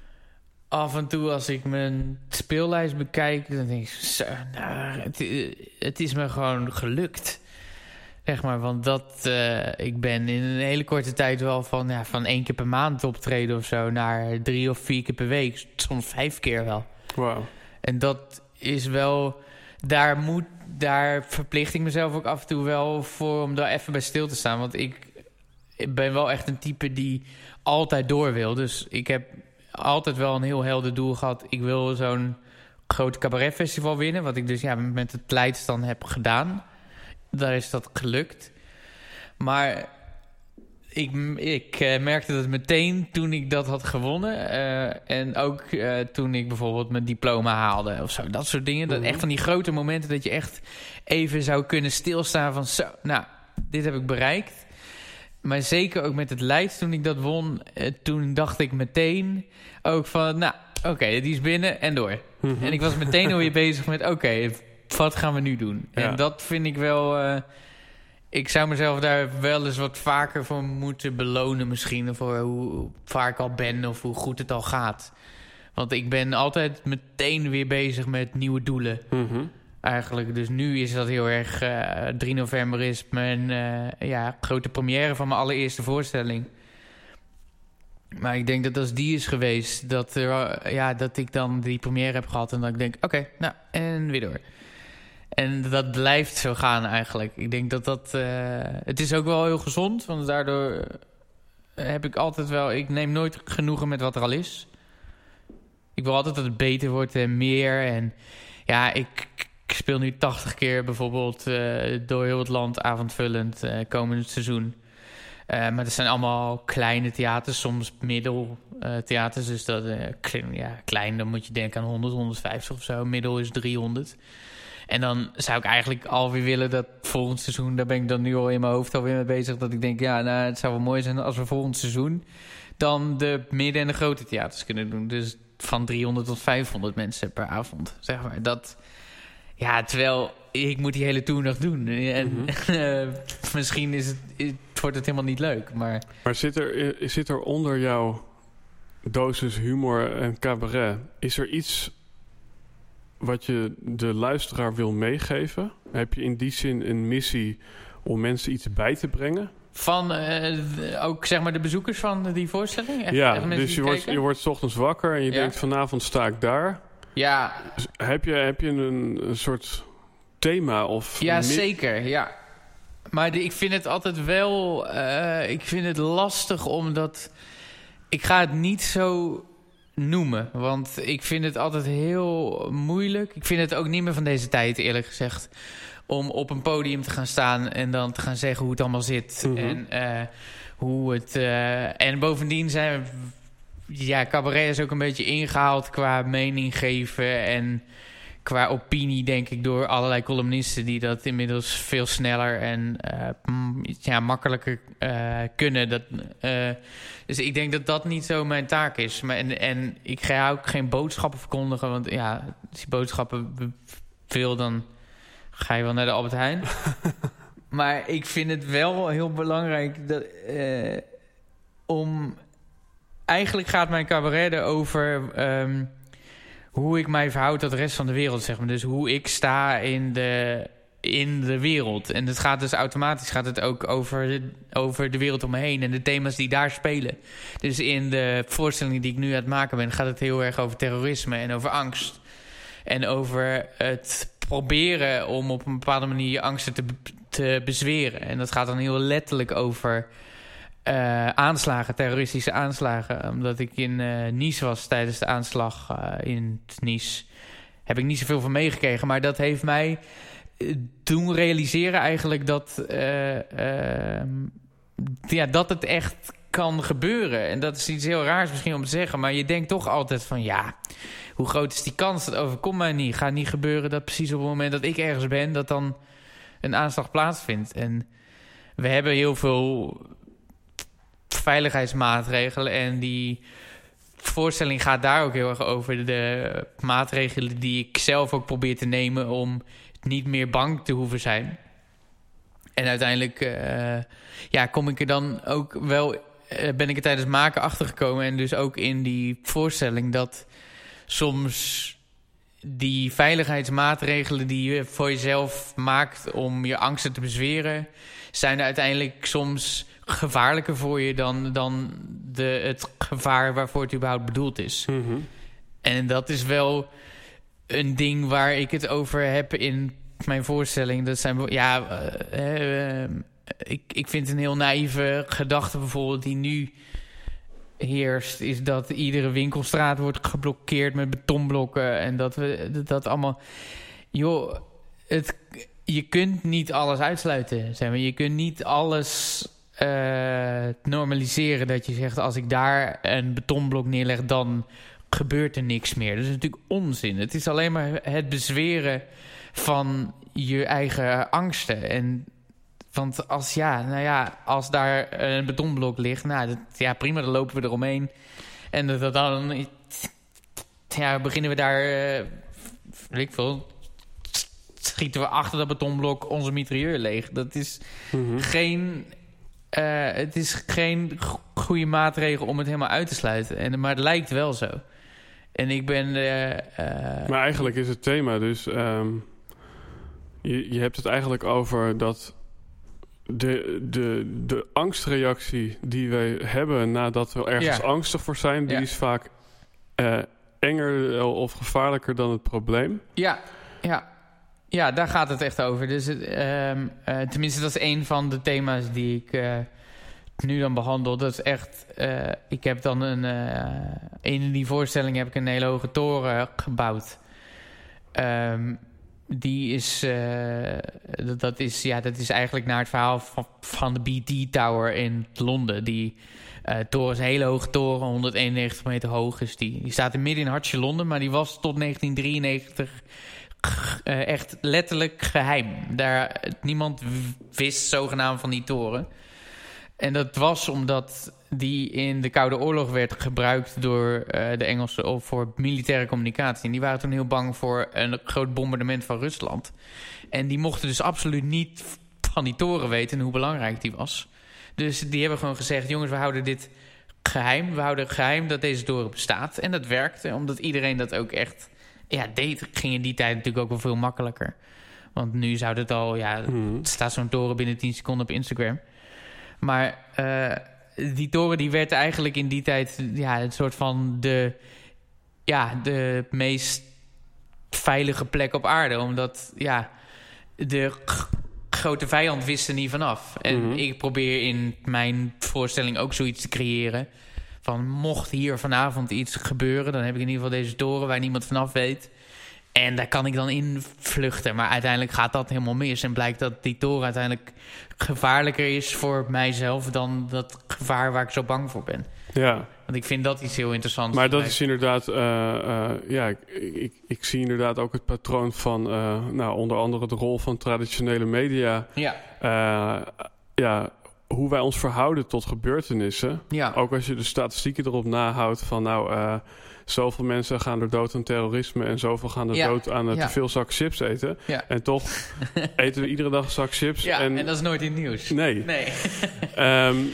af en toe als ik mijn speellijst bekijk... dan denk ik, zo, nou, het, het is me gewoon gelukt. Zeg maar, want dat, uh, ik ben in een hele korte tijd wel van, ja, van één keer per maand optreden of zo... naar drie of vier keer per week. Soms vijf keer wel. Wauw. En dat is wel... Daar, moet, daar verplicht ik mezelf ook af en toe wel voor... om daar even bij stil te staan. Want ik, ik ben wel echt een type die altijd door wil. Dus ik heb altijd wel een heel helder doel gehad. Ik wil zo'n groot cabaretfestival winnen. Wat ik dus ja, met het Leids dan heb gedaan. Daar is dat gelukt. Maar... Ik, ik uh, merkte dat meteen toen ik dat had gewonnen. Uh, en ook uh, toen ik bijvoorbeeld mijn diploma haalde of zo. Dat soort dingen. Dat echt van die grote momenten dat je echt even zou kunnen stilstaan van... Zo, nou, dit heb ik bereikt. Maar zeker ook met het Leids toen ik dat won. Uh, toen dacht ik meteen ook van... Nou, oké, okay, die is binnen en door. Mm-hmm. En ik was meteen alweer bezig met... Oké, okay, wat gaan we nu doen? Ja. En dat vind ik wel... Uh, Ik zou mezelf daar wel eens wat vaker voor moeten belonen misschien. Voor hoe vaak ik al ben of hoe goed het al gaat. Want ik ben altijd meteen weer bezig met nieuwe doelen. Mm-hmm. Eigenlijk. Dus nu is dat heel erg... Uh, drie november is mijn uh, ja, grote première van mijn allereerste voorstelling. Maar ik denk dat als die is geweest... dat, er, uh, ja, dat ik dan die première heb gehad... en dat ik denk, oké, okay, nou, en weer door. En dat blijft zo gaan eigenlijk. Ik denk dat dat... Uh, het is ook wel heel gezond. Want daardoor heb ik altijd wel... Ik neem nooit genoegen met wat er al is. Ik wil altijd dat het beter wordt en meer. En ja, ik, ik speel nu tachtig keer bijvoorbeeld... Uh, door heel het land avondvullend uh, komend seizoen. Uh, maar dat zijn allemaal kleine theaters. Soms middel uh, theaters. Dus dat uh, klein, ja, klein, dan moet je denken aan honderd, honderdvijftig of zo. Middel is driehonderd. En dan zou ik eigenlijk alweer willen dat volgend seizoen... daar ben ik dan nu al in mijn hoofd alweer mee bezig... dat ik denk, ja, nou, het zou wel mooi zijn als we volgend seizoen... dan de midden- en de grote theaters kunnen doen. Dus van driehonderd tot vijfhonderd mensen per avond, zeg maar. Dat, ja, terwijl ik moet die hele tour nog doen. En mm-hmm. uh, misschien is het, het, wordt het helemaal niet leuk, maar... Maar zit er, zit er onder jouw dosis humor en cabaret... is er iets... wat je de luisteraar wil meegeven? Heb je in die zin een missie om mensen iets bij te brengen? Van uh, ook zeg maar de bezoekers van die voorstelling? Echt, ja, echt dus je wordt, je wordt 's ochtends wakker en je ja. denkt vanavond sta ik daar. Ja. Dus heb je, heb je een, een soort thema? Of ja, mi- zeker. Ja. Maar de, ik vind het altijd wel... Uh, ik vind het lastig omdat... Ik ga het niet zo... noemen. Want ik vind het altijd heel moeilijk. Ik vind het ook niet meer van deze tijd, eerlijk gezegd, om op een podium te gaan staan en dan te gaan zeggen hoe het allemaal zit. Mm-hmm. En uh, hoe het... Uh, en bovendien zijn we... Ja, cabaret is ook een beetje ingehaald qua mening geven en qua opinie, denk ik, door allerlei columnisten die dat inmiddels veel sneller en uh, ja, makkelijker uh, kunnen. Dat, uh, dus ik denk dat dat niet zo mijn taak is. Maar, en, en ik ga ook geen boodschappen verkondigen, want ja, als je boodschappen wil, dan ga je wel naar de Albert Heijn. Maar ik vind het wel heel belangrijk dat, uh, om... Eigenlijk gaat mijn cabaret erover um, hoe ik mij verhoud tot de rest van de wereld, zeg maar. Dus hoe ik sta in de, in de wereld. En het gaat dus automatisch gaat het ook over de, over de wereld om me heen en de thema's die daar spelen. Dus in de voorstelling die ik nu aan het maken ben, gaat het heel erg over terrorisme en over angst. En over het proberen om op een bepaalde manier je angsten te, te bezweren. En dat gaat dan heel letterlijk over Uh, aanslagen, terroristische aanslagen. Omdat ik in uh, Nice was tijdens de aanslag uh, in Nice. Heb ik niet zoveel van meegekregen. Maar dat heeft mij uh, doen realiseren eigenlijk dat, uh, uh, ja, dat het echt kan gebeuren. En dat is iets heel raars misschien om te zeggen. Maar je denkt toch altijd van ja, hoe groot is die kans? Dat overkomt mij niet. Gaat niet gebeuren dat precies op het moment dat ik ergens ben, dat dan een aanslag plaatsvindt. En we hebben heel veel veiligheidsmaatregelen en die voorstelling gaat daar ook heel erg over. De maatregelen die ik zelf ook probeer te nemen om niet meer bang te hoeven zijn. En uiteindelijk uh, ja, kom ik er dan ook wel, uh, ben ik er tijdens het maken achtergekomen en dus ook in die voorstelling dat soms die veiligheidsmaatregelen die je voor jezelf maakt om je angsten te bezweren, zijn er uiteindelijk soms gevaarlijker voor je dan, dan de, het gevaar waarvoor het überhaupt bedoeld is. Mm-hmm. En dat is wel een ding waar ik het over heb in mijn voorstelling. Dat zijn, ja, uh, uh, ik, ik vind een heel naïeve gedachte bijvoorbeeld die nu heerst, is dat iedere winkelstraat wordt geblokkeerd met betonblokken en dat we dat, dat allemaal. Joh, het, je kunt niet alles uitsluiten. Zeg maar. Je kunt niet alles Uh, normaliseren dat je zegt, als ik daar een betonblok neerleg, dan gebeurt er niks meer. Dat is natuurlijk onzin. Het is alleen maar het bezweren van je eigen angsten. En, want als, ja, nou ja, als daar een betonblok ligt, nou, dat, ja, prima, dan lopen we eromheen. En dat, dan ja, beginnen we daar, uh, weet ik veel, schieten we achter dat betonblok onze mitrailleur leeg. Dat is mm-hmm. geen... Uh, het is geen goede maatregel om het helemaal uit te sluiten. En, maar het lijkt wel zo. En ik ben... Uh, uh, maar eigenlijk is het thema dus... Um, je, je hebt het eigenlijk over dat de, de, de angstreactie die wij hebben nadat we ergens ja. angstig voor zijn, die ja. is vaak uh, enger of gevaarlijker dan het probleem. Ja, ja. Ja, daar gaat het echt over. Dus, uh, uh, tenminste, dat is een van de thema's die ik uh, nu dan behandel. Dat is echt... Uh, ik heb dan een... Uh, in die voorstelling heb ik een hele hoge toren gebouwd. Um, die is, uh, dat, dat is... Ja, dat is eigenlijk naar het verhaal van, van de B T Tower in Londen. Die uh, toren is een hele hoge toren, honderdeenennegentig meter hoog is die. Die staat in midden in hartje Londen, maar die was tot negentien drieënnegentig... Uh, echt letterlijk geheim. Daar, niemand wist zogenaamd van die toren. En dat was omdat die in de Koude Oorlog werd gebruikt door uh, de Engelsen of voor militaire communicatie. En die waren toen heel bang voor een groot bombardement van Rusland. En die mochten dus absoluut niet van die toren weten hoe belangrijk die was. Dus die hebben gewoon gezegd, jongens, we houden dit geheim. We houden geheim dat deze toren bestaat. En dat werkte, omdat iedereen dat ook echt... Ja, deed ging in die tijd natuurlijk ook wel veel makkelijker. Want nu zou het al... Ja, mm. het staat zo'n toren binnen tien seconden op Instagram. Maar uh, die toren die werd eigenlijk in die tijd... Ja, een soort van de... Ja, de meest veilige plek op aarde. Omdat, ja... De g- grote vijand wist er niet vanaf. En mm-hmm. ik probeer in mijn voorstelling ook zoiets te creëren... van mocht hier vanavond iets gebeuren, dan heb ik in ieder geval deze toren waar niemand vanaf weet. En daar kan ik dan in vluchten. Maar uiteindelijk gaat dat helemaal mis. En blijkt dat die toren uiteindelijk gevaarlijker is voor mijzelf dan dat gevaar waar ik zo bang voor ben. Ja. Want ik vind dat iets heel interessants. Maar dat is inderdaad... Uh, uh, ja, ik, ik, ik zie inderdaad ook het patroon van... Uh, nou, onder andere de rol van traditionele media. Ja. Uh, ja, hoe wij ons verhouden tot gebeurtenissen. Ja. Ook als je de statistieken erop nahoudt van... nou, uh, zoveel mensen gaan er dood aan terrorisme... en zoveel gaan er ja. dood aan uh, ja. te veel zak chips eten. Ja. En toch eten we iedere dag een zak chips. Ja, en, en dat is nooit in het nieuws. Nee. nee. um,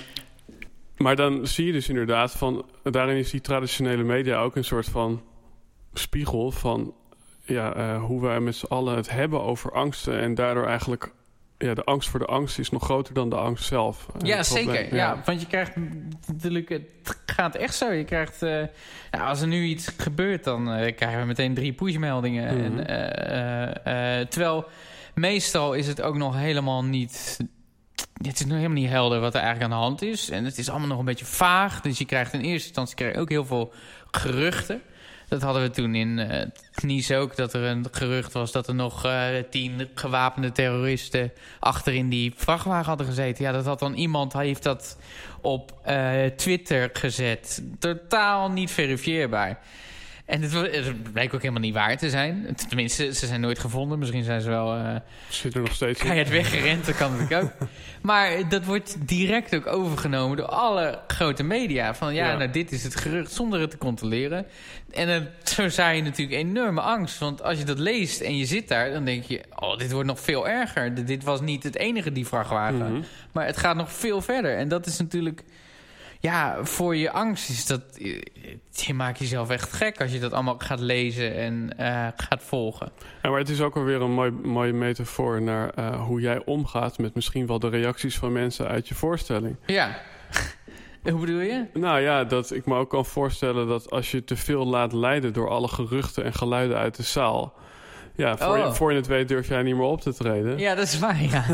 maar dan zie je dus inderdaad van... daarin is die traditionele media ook een soort van spiegel... van ja, uh, hoe wij met z'n allen het hebben over angsten... en daardoor eigenlijk... ja, de angst voor de angst is nog groter dan de angst zelf. Ja, zeker. Ja. Ja. Want je krijgt natuurlijk... Het gaat echt zo. Je krijgt... Uh, nou, als er nu iets gebeurt, dan uh, krijgen we meteen drie pushmeldingen. Mm-hmm. En, uh, uh, uh, terwijl meestal is het ook nog helemaal niet... Het is nog helemaal niet helder wat er eigenlijk aan de hand is. En het is allemaal nog een beetje vaag. Dus je krijgt in eerste instantie krijg je ook heel veel geruchten. Dat hadden we toen in uh, Nice ook. Dat er een gerucht was dat er nog uh, tien gewapende terroristen... achter in die vrachtwagen hadden gezeten. Ja, dat had dan iemand, hij heeft dat op uh, Twitter gezet. Totaal niet verifieerbaar. En het, het bleek ook helemaal niet waar te zijn. Tenminste, ze zijn nooit gevonden. Misschien zijn ze wel... Uh, Zit er nog steeds in. Ga je het weggerend, dat kan natuurlijk ook. Maar dat wordt direct ook overgenomen door alle grote media. Van ja, ja. nou dit is het gerucht, zonder het te controleren. En uh, zo zaai je natuurlijk enorme angst. Want als je dat leest en je zit daar, dan denk je... oh, dit wordt nog veel erger. Dit was niet het enige, die vrachtwagen. Mm-hmm. Maar het gaat nog veel verder. En dat is natuurlijk... Ja, voor je angst is dat... Je maakt jezelf echt gek als je dat allemaal gaat lezen en uh, gaat volgen. Ja, maar het is ook alweer een mooi, mooie metafoor naar uh, hoe jij omgaat... met misschien wel de reacties van mensen uit je voorstelling. Ja. Hoe bedoel je? Nou ja, dat ik me ook kan voorstellen dat als je te veel laat leiden... door alle geruchten en geluiden uit de zaal... Ja, voor, oh. je, voor je het weet durf jij niet meer op te treden. Ja, dat is waar, ja.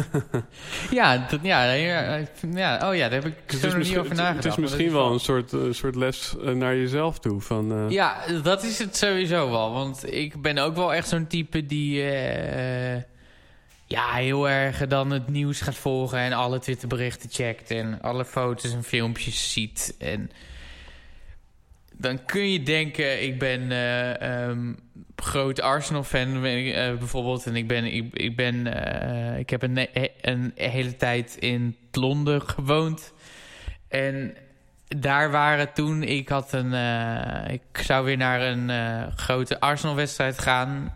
ja, dat, ja, ja, ja, oh ja, daar heb ik dus zo nog niet over nagedacht. Het is misschien is wel, wel een soort, uh, soort les uh, naar jezelf toe. Van, uh... Ja, dat is het sowieso wel. Want ik ben ook wel echt zo'n type die... Uh, ja, heel erg dan het nieuws gaat volgen... en alle Twitterberichten checkt... en alle foto's en filmpjes ziet. En dan kun je denken, ik ben... Uh, um, groot Arsenal-fan uh, bijvoorbeeld. En ik ben, ik, ik ben, uh, ik heb een, een hele tijd in Londen gewoond. En daar waren toen, ik had een, uh, ik zou weer naar een uh, grote Arsenal-wedstrijd gaan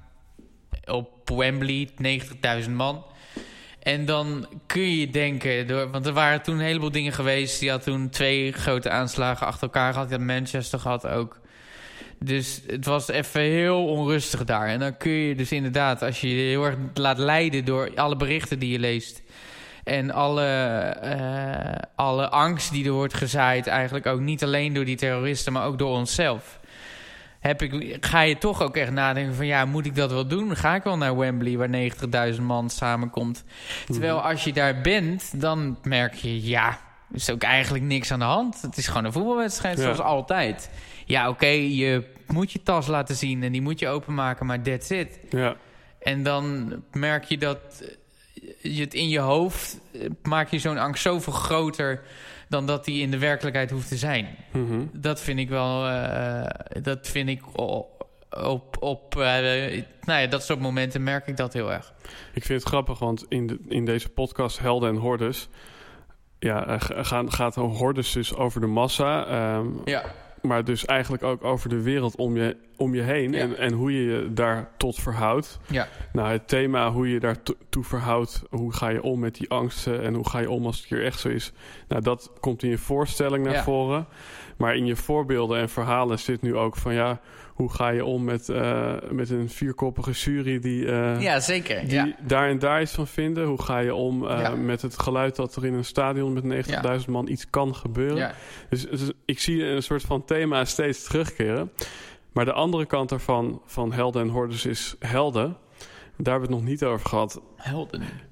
op Wembley, negentigduizend man. En dan kun je denken, door, want er waren toen een heleboel dingen geweest. Die had toen twee grote aanslagen achter elkaar gehad. Die had Manchester gehad ook. Dus het was even heel onrustig daar. En dan kun je dus inderdaad, als je je heel erg laat leiden door alle berichten die je leest... en alle, uh, alle angst die er wordt gezaaid... eigenlijk ook niet alleen door die terroristen, maar ook door onszelf... Heb ik, ga je toch ook echt nadenken van... ja, moet ik dat wel doen? Ga ik wel naar Wembley, waar negentigduizend man samenkomt? Terwijl als je daar bent, dan merk je... ja, er is ook eigenlijk niks aan de hand. Het is gewoon een voetbalwedstrijd, ja. Zoals altijd... Ja, oké, okay, je moet je tas laten zien en die moet je openmaken, maar that's it. Ja. En dan merk je dat je het in je hoofd... maak je zo'n angst zoveel groter dan dat die in de werkelijkheid hoeft te zijn. Mm-hmm. Dat vind ik wel... Uh, dat vind ik op... op, op uh, nou ja, dat soort momenten merk ik dat heel erg. Ik vind het grappig, want in, de, in deze podcast Helden en Hordes... ja, uh, gaan, gaat Hordes dus over de massa... Um, ja. Maar dus eigenlijk ook over de wereld om je, om je heen. Ja. En, en hoe je je daar tot verhoudt. Ja. Nou, het thema hoe je daar to- toe verhoudt. Hoe ga je om met die angsten. En hoe ga je om als het hier echt zo is. Nou, dat komt in je voorstelling naar ja. voren. Maar in je voorbeelden en verhalen zit nu ook van... ja, hoe ga je om met, uh, met een vierkoppige jury die, uh, ja, zeker. die ja. daar en daar iets van vinden? Hoe ga je om uh, ja. met het geluid dat er in een stadion met negentigduizend ja. man iets kan gebeuren? Ja. Dus, dus ik zie een soort van thema steeds terugkeren. Maar de andere kant daarvan, van Helden en Hordes, is helden. Daar hebben we het nog niet over gehad. Helden?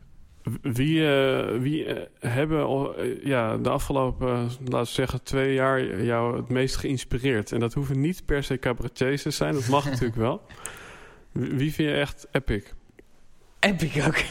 Wie, uh, wie uh, hebben uh, ja, de afgelopen, uh, laten we zeggen, twee jaar jou het meest geïnspireerd? En dat hoeven niet per se cabaretiers te zijn, dat mag natuurlijk wel. Wie vind je echt epic? Epic ook.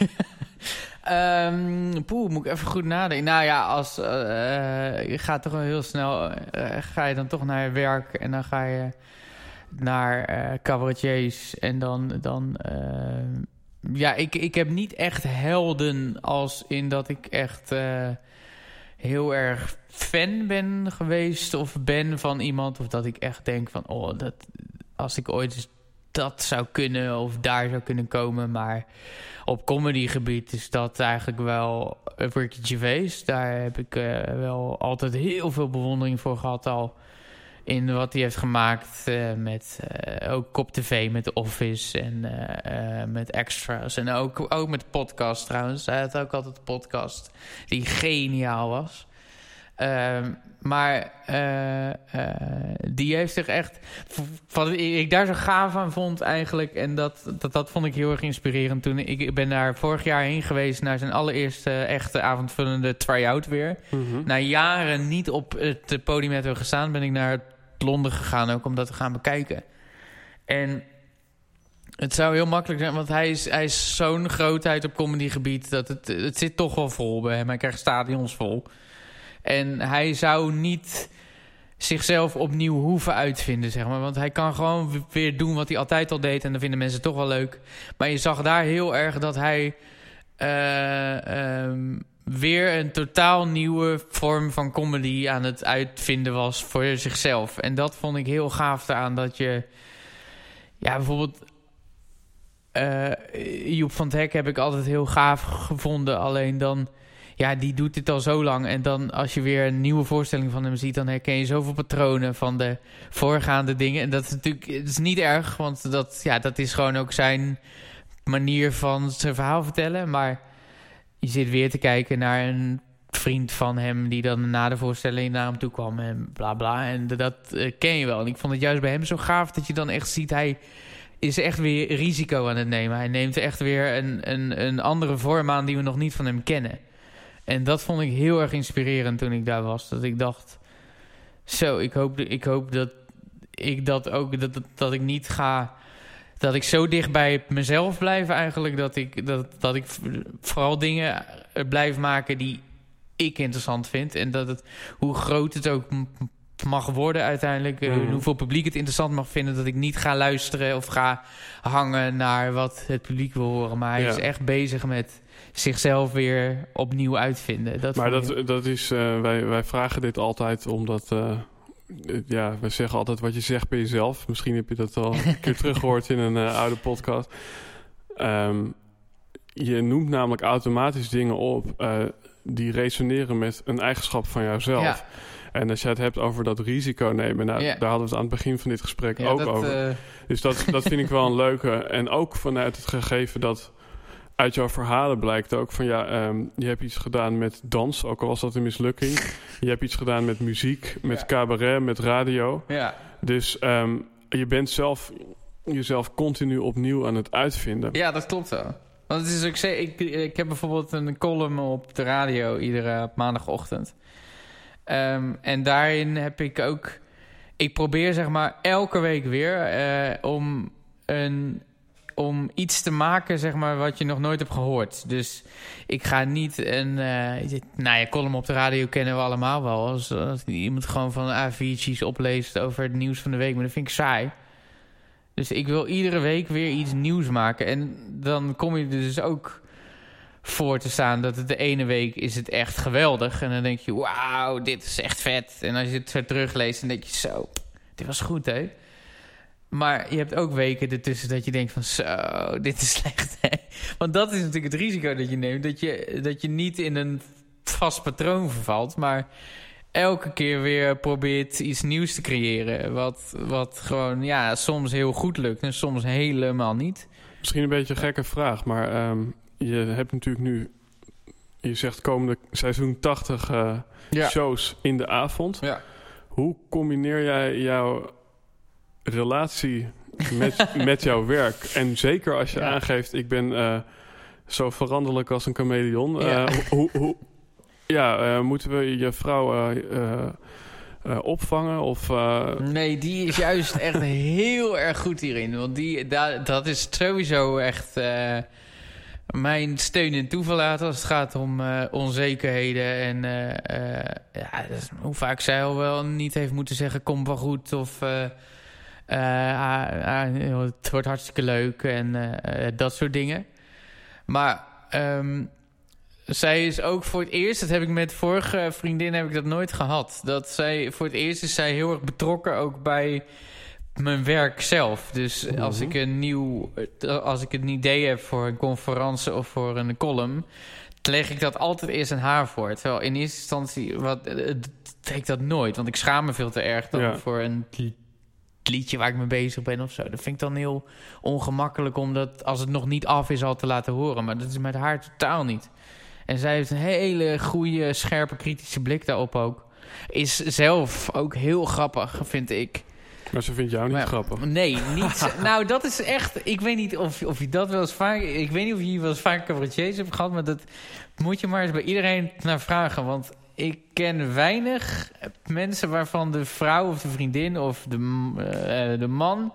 um, poeh, moet ik even goed nadenken. Nou ja, als uh, uh, je gaat toch wel heel snel, uh, ga je dan toch naar je werk en dan ga je naar uh, cabaretiers en dan... dan uh, ja, ik, ik heb niet echt helden als in dat ik echt uh, heel erg fan ben geweest of ben van iemand. Of dat ik echt denk van, oh, dat, als ik ooit dat zou kunnen of daar zou kunnen komen. Maar op comedygebied is dat eigenlijk wel Ricky Gervais. Daar heb ik uh, wel altijd heel veel bewondering voor gehad al. In wat hij heeft gemaakt uh, met uh, ook Kop T V, met The Office en uh, uh, met extras. En ook, ook met podcast trouwens. Hij had ook altijd een podcast die geniaal was. Uh, maar uh, uh, die heeft zich echt... Wat ik daar zo gaaf aan vond eigenlijk... en dat, dat, dat vond ik heel erg inspirerend toen. Ik, ik ben daar vorig jaar heen geweest... naar zijn allereerste echte avondvullende try-out weer. Mm-hmm. Na jaren niet op het podium hebben gestaan... ben ik naar Londen gegaan ook om dat te gaan bekijken. En het zou heel makkelijk zijn... want hij is, hij is zo'n grootheid op comedygebied... dat het, het zit toch wel vol bij hem. Hij krijgt stadions vol... En hij zou niet zichzelf opnieuw hoeven uitvinden, zeg maar. Want hij kan gewoon weer doen wat hij altijd al deed... en dan vinden mensen toch wel leuk. Maar je zag daar heel erg dat hij... Uh, um, weer een totaal nieuwe vorm van comedy aan het uitvinden was voor zichzelf. En dat vond ik heel gaaf eraan, dat je... Ja, bijvoorbeeld... Uh, Joep van het Hek heb ik altijd heel gaaf gevonden, alleen dan... Ja, die doet dit al zo lang. En dan als je weer een nieuwe voorstelling van hem ziet... dan herken je zoveel patronen van de voorgaande dingen. En dat is natuurlijk het is niet erg, want dat, ja, dat is gewoon ook zijn manier van zijn verhaal vertellen. Maar je zit weer te kijken naar een vriend van hem... die dan na de voorstelling naar hem toe kwam en bla bla. En dat uh, ken je wel. En ik vond het juist bij hem zo gaaf dat je dan echt ziet... hij is echt weer risico aan het nemen. Hij neemt echt weer een, een, een andere vorm aan die we nog niet van hem kennen. En dat vond ik heel erg inspirerend toen ik daar was. Dat ik dacht, zo, ik hoop, ik hoop dat ik dat ook, dat, dat, dat ik niet ga, dat ik zo dicht bij mezelf blijf eigenlijk, dat ik, dat, dat ik vooral dingen blijf maken die ik interessant vind. En dat het, hoe groot het ook mag worden uiteindelijk, mm. hoeveel publiek het interessant mag vinden, dat ik niet ga luisteren of ga hangen naar wat het publiek wil horen. Maar hij ja. is echt bezig met zichzelf weer opnieuw uitvinden. Dat maar dat, je... dat is, uh, wij, wij vragen dit altijd omdat, uh, ja, we zeggen altijd wat je zegt bij jezelf. Misschien heb je dat al een keer teruggehoord in een uh, oude podcast. Um, je noemt namelijk automatisch dingen op uh, die resoneren met een eigenschap van jouzelf. Ja. En als je het hebt over dat risico nemen... Nou, ja. daar hadden we het aan het begin van dit gesprek ja, ook dat, over. Uh... Dus dat, dat vind ik wel een leuke. En ook vanuit het gegeven dat... uit jouw verhalen blijkt ook van... ja, um, je hebt iets gedaan met dans, ook al was dat een mislukking. Je hebt iets gedaan met muziek, met ja. cabaret, met radio. Ja. Dus um, je bent zelf jezelf continu opnieuw aan het uitvinden. Ja, dat klopt wel. Want het is ook, ik, ik heb bijvoorbeeld een column op de radio... iedere maandagochtend... Um, en daarin heb ik ook... Ik probeer zeg maar elke week weer uh, om, een, om iets te maken zeg maar wat je nog nooit hebt gehoord. Dus ik ga niet een... Uh, nou ja, column op de radio kennen we allemaal wel. Als, als iemand gewoon van A viertjes opleest over het nieuws van de week. Maar dat vind ik saai. Dus ik wil iedere week weer iets nieuws maken. En dan kom je er dus ook... voor te staan dat het de ene week is het echt geweldig. En dan denk je, wauw, dit is echt vet. En als je het zo terugleest, dan denk je, zo, dit was goed, hè? Maar je hebt ook weken ertussen dat je denkt van, zo, dit is slecht, hè? Want dat is natuurlijk het risico dat je neemt. Dat je, dat je niet in een vast patroon vervalt, maar elke keer weer probeert iets nieuws te creëren. Wat, wat gewoon, ja, soms heel goed lukt en soms helemaal niet. Misschien een beetje een gekke vraag, maar... Um... je hebt natuurlijk nu, je zegt komende seizoen tachtig uh, ja. shows in de avond. Ja. Hoe combineer jij jouw relatie met, met jouw werk? En zeker als je ja. aangeeft, ik ben uh, zo veranderlijk als een chameleon. Ja. Uh, hoe, hoe, ja, uh, moeten we je vrouw uh, uh, uh, opvangen? Of, uh... Nee, die is juist echt heel erg goed hierin. Want die, da, dat is sowieso echt uh, mijn steun en toeverlaten als het gaat om uh, onzekerheden. En uh, uh, ja, dus hoe vaak zij al wel niet heeft moeten zeggen, kom wel goed. Of uh, uh, uh, uh, het wordt hartstikke leuk en uh, uh, dat soort dingen. Maar um, zij is ook voor het eerst, dat heb ik met vorige vriendin heb ik dat nooit gehad. Dat zij voor het eerst is zij heel erg betrokken ook bij mijn werk zelf. Dus mm-hmm. als ik een nieuw, als ik een idee heb voor een conferentie of voor een column, leg ik dat altijd eerst aan haar voor. Terwijl in eerste instantie wat deed ik dat nooit, want ik schaam me veel te erg dan ja. voor een liedje waar ik mee bezig ben of zo. Dat vind ik dan heel ongemakkelijk om dat, als het nog niet af is, al te laten horen. Maar dat is met haar totaal niet. En zij heeft een hele goede, scherpe, kritische blik daarop ook. Is zelf ook heel grappig, vind ik. Maar ze vindt jou niet maar, grappig? Nee, niet. Nou, dat is echt... Ik weet niet of, of je dat wel eens vaak... Ik weet niet of je wel eens vaak cabaretiers hebt gehad, maar dat moet je maar eens bij iedereen naar vragen. Want ik ken weinig mensen waarvan de vrouw of de vriendin of de, uh, de man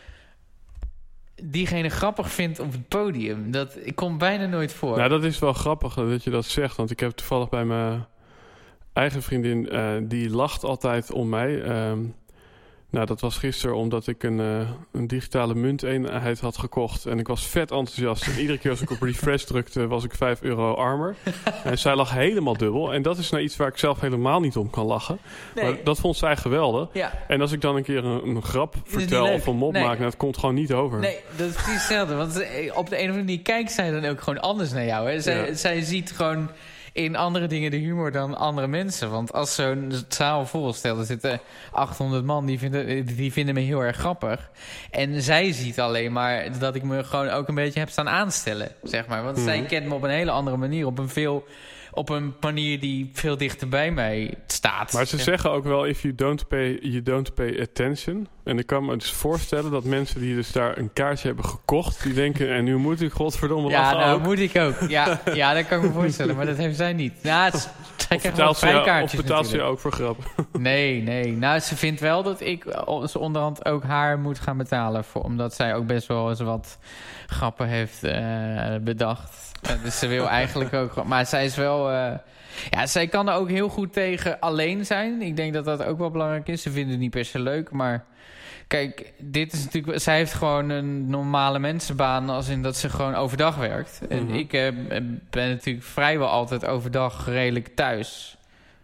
diegene grappig vindt op het podium. Dat komt bijna nooit voor. Nou, dat is wel grappig dat je dat zegt. Want ik heb toevallig bij mijn eigen vriendin, uh, die lacht altijd om mij. Um, nou, dat was gisteren omdat ik een, uh, een digitale munteenheid had gekocht. En ik was vet enthousiast. En iedere keer als ik op refresh drukte, was ik vijf euro armer. En zij lag helemaal dubbel. En dat is nou iets waar ik zelf helemaal niet om kan lachen. Nee. Maar dat vond zij geweldig. Ja. En als ik dan een keer een, een grap vertel of een mop nee. maak, nou, dat komt gewoon niet over. Nee, dat is precies hetzelfde. Want op de een of andere manier kijkt zij dan ook gewoon anders naar jou. Hè? Zij, ja. zij ziet gewoon in andere dingen de humor dan andere mensen. Want als zo'n zaal voorstelt, er zitten achthonderd man, die vinden, die vinden me heel erg grappig. En zij ziet alleen maar dat ik me gewoon ook een beetje heb staan aanstellen, zeg maar. Want mm. zij kent me op een hele andere manier, op een veel... op een manier die veel dichter bij mij staat. Maar ze ja. zeggen ook wel, if you don't pay, you don't pay attention. En ik kan me dus voorstellen dat mensen die dus daar een kaartje hebben gekocht, die denken, en nu moet ik godverdomme ja, lachen nou ook. moet ik ook. Ja, ja, dat kan ik me voorstellen, maar dat heeft zij niet. Nou, het, zij of betaalt ze, jou, of betaalt ze ook voor grap? Nee, nee. Nou, ze vindt wel dat ik ze onderhand ook haar moet gaan betalen, voor, omdat zij ook best wel eens wat grappen heeft uh, bedacht. Uh, dus ze wil eigenlijk ook... Maar zij is wel... Uh, ja, zij kan er ook heel goed tegen alleen zijn. Ik denk dat dat ook wel belangrijk is. Ze vinden het niet per se leuk, maar... Kijk, dit is natuurlijk... Zij heeft gewoon een normale mensenbaan, als in dat ze gewoon overdag werkt. Mm-hmm. En ik uh, ben natuurlijk vrijwel altijd overdag redelijk thuis.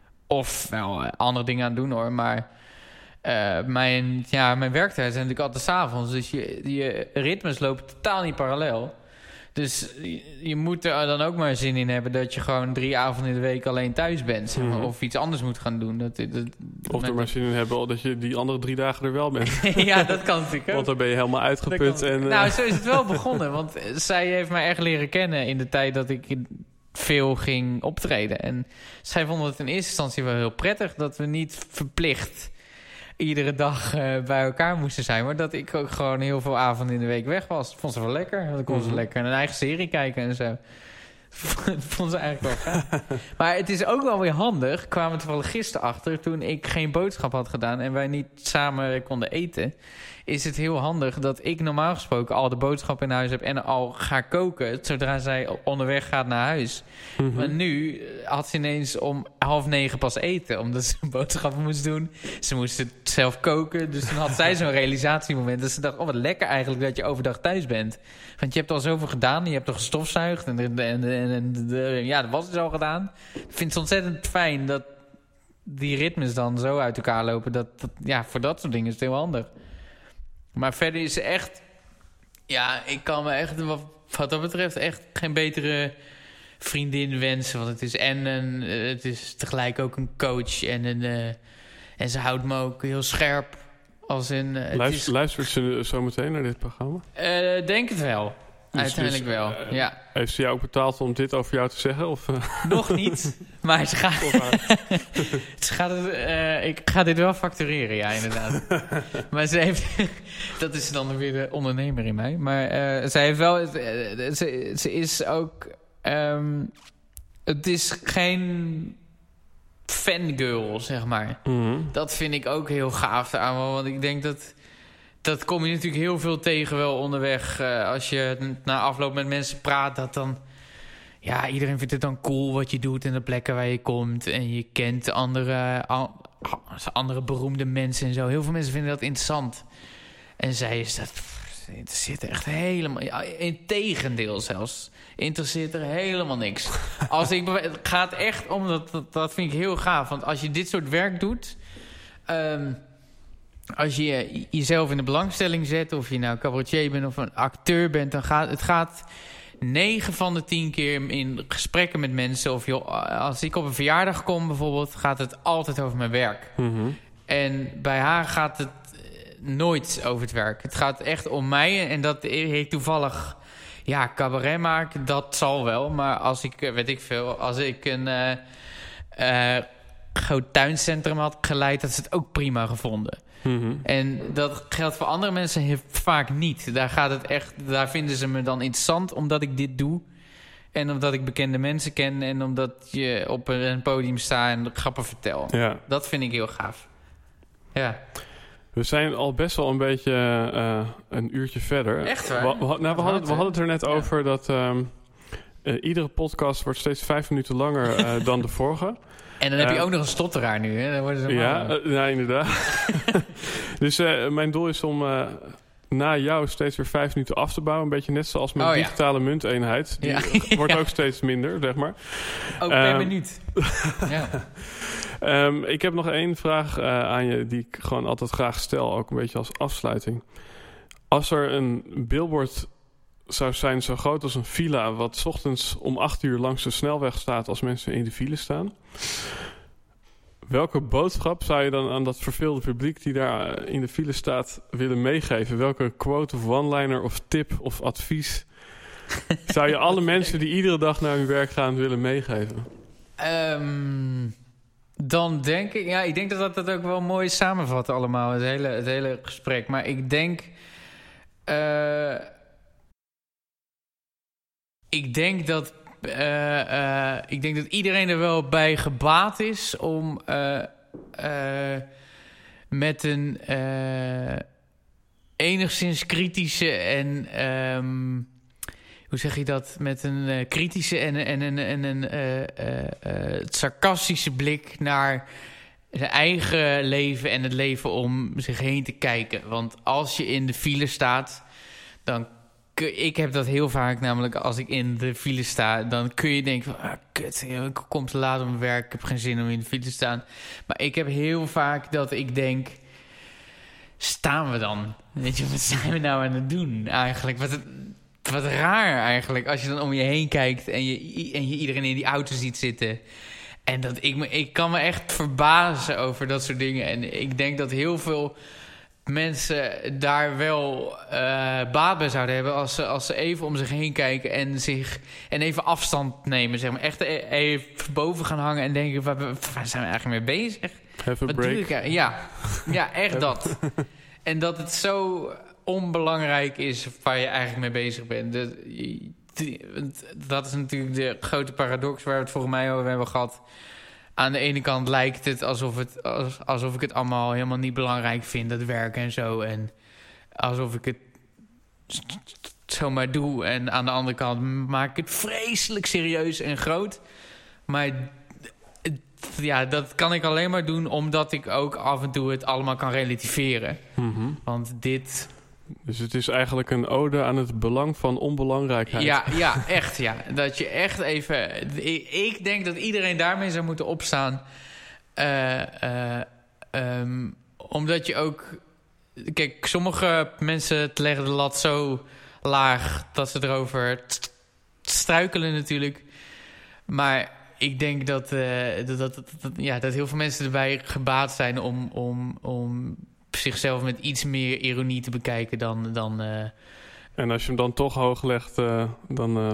Of wel uh, andere dingen aan het doen, hoor. Maar uh, mijn, ja, mijn werktijd zijn natuurlijk altijd 's avonds. Dus je, je ritmes lopen totaal niet parallel. Dus je moet er dan ook maar zin in hebben dat je gewoon drie avonden in de week alleen thuis bent. Zeg maar, mm-hmm. Of iets anders moet gaan doen. Dat, dat, of er maar zin in hebben dat je die andere drie dagen er wel bent. Ja, dat kan natuurlijk ook. Want dan ben je helemaal uitgeput. En, uh... Nou, zo is het wel begonnen. Want zij heeft mij echt leren kennen in de tijd dat ik veel ging optreden. En zij vond het in eerste instantie wel heel prettig dat we niet verplicht iedere dag uh, bij elkaar moesten zijn. Maar dat ik ook gewoon heel veel avonden in de week weg was. Vond ze wel lekker. Want ik kon mm-hmm. ze lekker een eigen serie kijken en zo. Vond ze eigenlijk wel gaaf. Maar het is ook wel weer handig. Kwamen we toevallig gisteren achter, toen ik geen boodschap had gedaan en wij niet samen konden eten, is het heel handig dat ik normaal gesproken al de boodschap in huis heb en al ga koken zodra zij onderweg gaat naar huis. Mm-hmm. Maar nu had ze ineens om half negen pas eten, omdat ze boodschappen moest doen. Ze moest het zelf koken, dus toen had zij zo'n realisatiemoment. Dus ze dacht, oh wat lekker eigenlijk dat je overdag thuis bent. Want je hebt al zoveel gedaan, je hebt toch gestofzuigd en, en, en, en de, ja, dat was dus al gedaan. Ik vind het ontzettend fijn dat die ritmes dan zo uit elkaar lopen. Dat, dat, ja, voor dat soort dingen is het heel handig. Maar verder is ze echt... Ja, ik kan me echt, wat, wat dat betreft, echt geen betere vriendin wensen. Want het is en een, het is tegelijk ook een coach. En, een, uh, en ze houdt me ook heel scherp. Als in, uh, Luister, is... Luistert ze zo meteen naar dit programma? Uh, denk het wel. Dus, Uiteindelijk dus, uh, wel, ja. Heeft ze jou ook betaald om dit over jou te zeggen? Of, uh... Nog niet, maar ze gaat, ze gaat het, uh, ik ga dit wel factureren, ja, inderdaad. Maar ze heeft, dat is dan weer de ondernemer in mij. Maar uh, zij heeft wel, uh, ze, ze is ook, um, het is geen fangirl, zeg maar. Mm-hmm. Dat vind ik ook heel gaaf aan, want ik denk dat... Dat kom je natuurlijk heel veel tegen wel onderweg. Uh, als je na afloop met mensen praat, dat dan... Ja, iedereen vindt het dan cool wat je doet en de plekken waar je komt. En je kent andere, al, andere beroemde mensen en zo. Heel veel mensen vinden dat interessant. En zij is dat... Interesseert er echt helemaal... Ja, integendeel zelfs. Interesseert er helemaal niks. Als ik, het gaat echt om... Dat, dat, dat vind ik heel gaaf. Want als je dit soort werk doet... Um, Als je jezelf in de belangstelling zet... of je nou cabaretier bent of een acteur bent... dan gaat het gaat negen van de tien keer in gesprekken met mensen... of joh, als ik op een verjaardag kom bijvoorbeeld... gaat het altijd over mijn werk. Mm-hmm. En bij haar gaat het nooit over het werk. Het gaat echt om mij. En dat ik toevallig ja, cabaret maak, dat zal wel. Maar als ik, weet ik veel... als ik een uh, uh, groot tuincentrum had geleid... dat ze het ook prima gevonden. Mm-hmm. En dat geldt voor andere mensen heel vaak niet. Daar gaat het echt, daar vinden ze me dan interessant omdat ik dit doe. En omdat ik bekende mensen ken. En omdat je op een podium staat en grappen vertel. Ja. Dat vind ik heel gaaf. Ja. We zijn al best wel een beetje uh, een uurtje verder. Echt waar? We, we, nou, we, hadden, we hadden het er net ja. over dat um, uh, iedere podcast wordt steeds vijf minuten langer uh, dan de vorige. En dan heb je uh, ook nog een stotteraar nu, hè? Dan worden ze ja, uh, ja, inderdaad. Dus uh, mijn doel is om uh, na jou steeds weer vijf minuten af te bouwen. Een beetje net zoals mijn oh, ja. digitale munteenheid. Die ja. wordt ook steeds minder, zeg maar. Ook per um, minuut. Ja. Um, ik heb nog één vraag uh, aan je die ik gewoon altijd graag stel. Ook een beetje als afsluiting. Als er een billboard zou zijn zo groot als een villa... wat 's ochtends om acht uur langs de snelweg staat... als mensen in de file staan... welke boodschap zou je dan aan dat verveelde publiek... die daar in de file staat willen meegeven? Welke quote of one-liner of tip of advies... zou je alle mensen die iedere dag naar hun werk gaan willen meegeven? Um, dan denk ik... Ja, ik denk dat dat ook wel mooi samenvat allemaal. Het hele, het hele gesprek. Maar ik denk... Uh, Ik denk dat uh, uh, ik denk dat iedereen er wel bij gebaat is om uh, uh, met een uh, enigszins kritische en um, hoe zeg je dat? Met een uh, kritische en, en, en, en een uh, uh, uh, sarcastische blik naar zijn eigen leven en het leven om zich heen te kijken. Want als je in de file staat, dan ik heb dat heel vaak, namelijk als ik in de file sta... dan kun je denken van, ah, kut, ik kom te laat op mijn werk... ik heb geen zin om in de file te staan. Maar ik heb heel vaak dat ik denk... staan we dan? Weet je, wat zijn we nou aan het doen eigenlijk? Wat, wat raar eigenlijk, als je dan om je heen kijkt... en je, en je iedereen in die auto ziet zitten... En dat ik, me, ik kan me echt verbazen over dat soort dingen. En ik denk dat heel veel... mensen daar wel uh, baat bij zouden hebben... Als ze, als ze even om zich heen kijken en, zich, en even afstand nemen. Zeg maar. Echt even boven gaan hangen en denken... waar, waar zijn we eigenlijk mee bezig? Have a Wat break. doe ik? Ja, ja, echt dat. En dat het zo onbelangrijk is waar je eigenlijk mee bezig bent. Dat, dat is natuurlijk de grote paradox waar we het volgens mij over hebben gehad... Aan de ene kant lijkt het alsof, het alsof ik het allemaal helemaal niet belangrijk vind, dat werken en zo. En alsof ik het zomaar doe. En aan de andere kant maak ik het vreselijk serieus en groot. Maar ja, dat kan ik alleen maar doen omdat ik ook af en toe het allemaal kan relativeren. Mm-hmm. Want dit... Dus het is eigenlijk een ode aan het belang van onbelangrijkheid. Ja, ja, echt, ja. Dat je echt even... Ik, ik denk dat iedereen daarmee zou moeten opstaan. Uh, uh, um, omdat je ook... Kijk, sommige mensen leggen de lat zo laag... dat ze erover struikelen natuurlijk. Maar ik denk dat, uh, dat, dat, dat, dat, ja, dat heel veel mensen erbij gebaat zijn... om, om, om zichzelf met iets meer ironie te bekijken dan... dan uh, en als je hem dan toch hoog legt, uh, dan uh,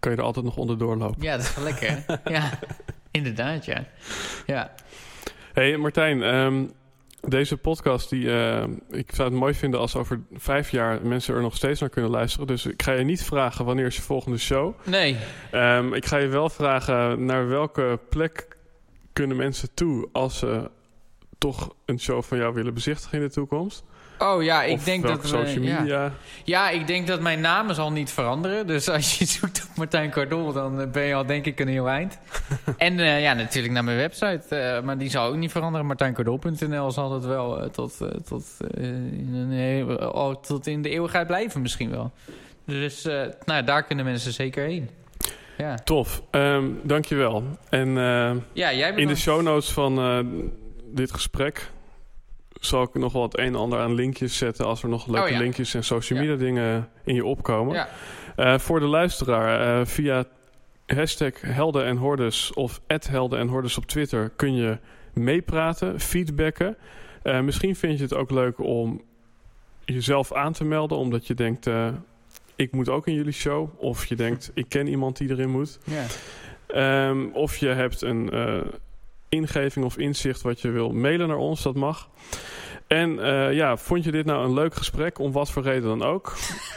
kan je er altijd nog onderdoor lopen. Ja, dat is wel lekker. Ja, inderdaad, ja. ja. Hey Martijn, um, deze podcast, die, uh, ik zou het mooi vinden als over vijf jaar mensen er nog steeds naar kunnen luisteren. Dus ik ga je niet vragen wanneer is je volgende show. Nee. Um, ik ga je wel vragen naar welke plek kunnen mensen toe als ze toch een show van jou willen bezichtigen in de toekomst. Oh ja, ik of denk dat... social media? Ja. ja, ik denk dat mijn naam zal niet veranderen. Dus als je zoekt op Martijn Cardol, dan ben je al denk ik een heel eind. en uh, ja, natuurlijk naar mijn website. Uh, maar die zal ook niet veranderen. martijn cardol punt n l zal dat wel uh, tot, uh, tot, uh, in een heel, oh, tot in de eeuwigheid blijven misschien wel. Dus uh, nou, daar kunnen mensen zeker heen. Ja. Tof, um, dankjewel. En uh, ja, jij in de show notes van uh, dit gesprek zal ik nog wel het een en ander aan linkjes zetten als er nog leuke oh, ja. linkjes en social media ja. dingen in je opkomen. Ja. Uh, voor de luisteraar, uh, via hashtag Helden en Hordes of at Helden en Hordes op Twitter kun je meepraten, feedbacken. Uh, misschien vind je het ook leuk om jezelf aan te melden, omdat je denkt, uh, ik moet ook in jullie show. Of je denkt, ik ken iemand die erin moet. Ja. Um, of je hebt een uh, ingeving of inzicht wat je wil mailen naar ons, dat mag. En uh, ja, vond je dit nou een leuk gesprek, om wat voor reden dan ook?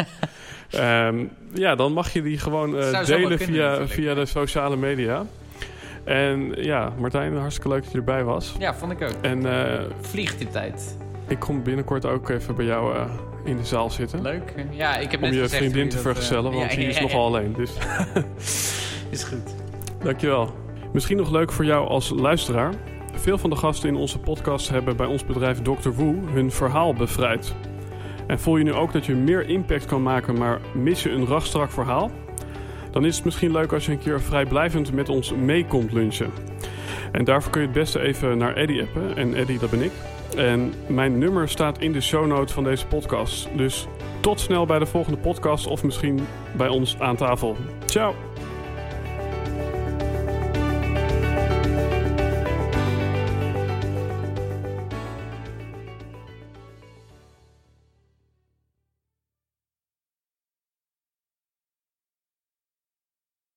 um, ja, dan mag je die gewoon uh, delen via, via de sociale media. En ja, Martijn, hartstikke leuk dat je erbij was. Ja, vond ik ook. En uh, vliegt die tijd. Ik kom binnenkort ook even bij jou uh, in de zaal zitten. Leuk. Ja, ik heb om net je gezegd vriendin te vergezellen, uh, want ja, die ja, is ja, nogal ja. alleen. Dus. Is goed. Dankjewel. Misschien nog leuk voor jou als luisteraar. Veel van de gasten in onze podcast hebben bij ons bedrijf dokter Woe hun verhaal bevrijd. En voel je nu ook dat je meer impact kan maken, maar mis je een rachtstrak verhaal? Dan is het misschien leuk als je een keer vrijblijvend met ons mee komt lunchen. En daarvoor kun je het beste even naar Eddie appen. En Eddie, dat ben ik. En mijn nummer staat in de show notes van deze podcast. Dus tot snel bij de volgende podcast of misschien bij ons aan tafel. Ciao!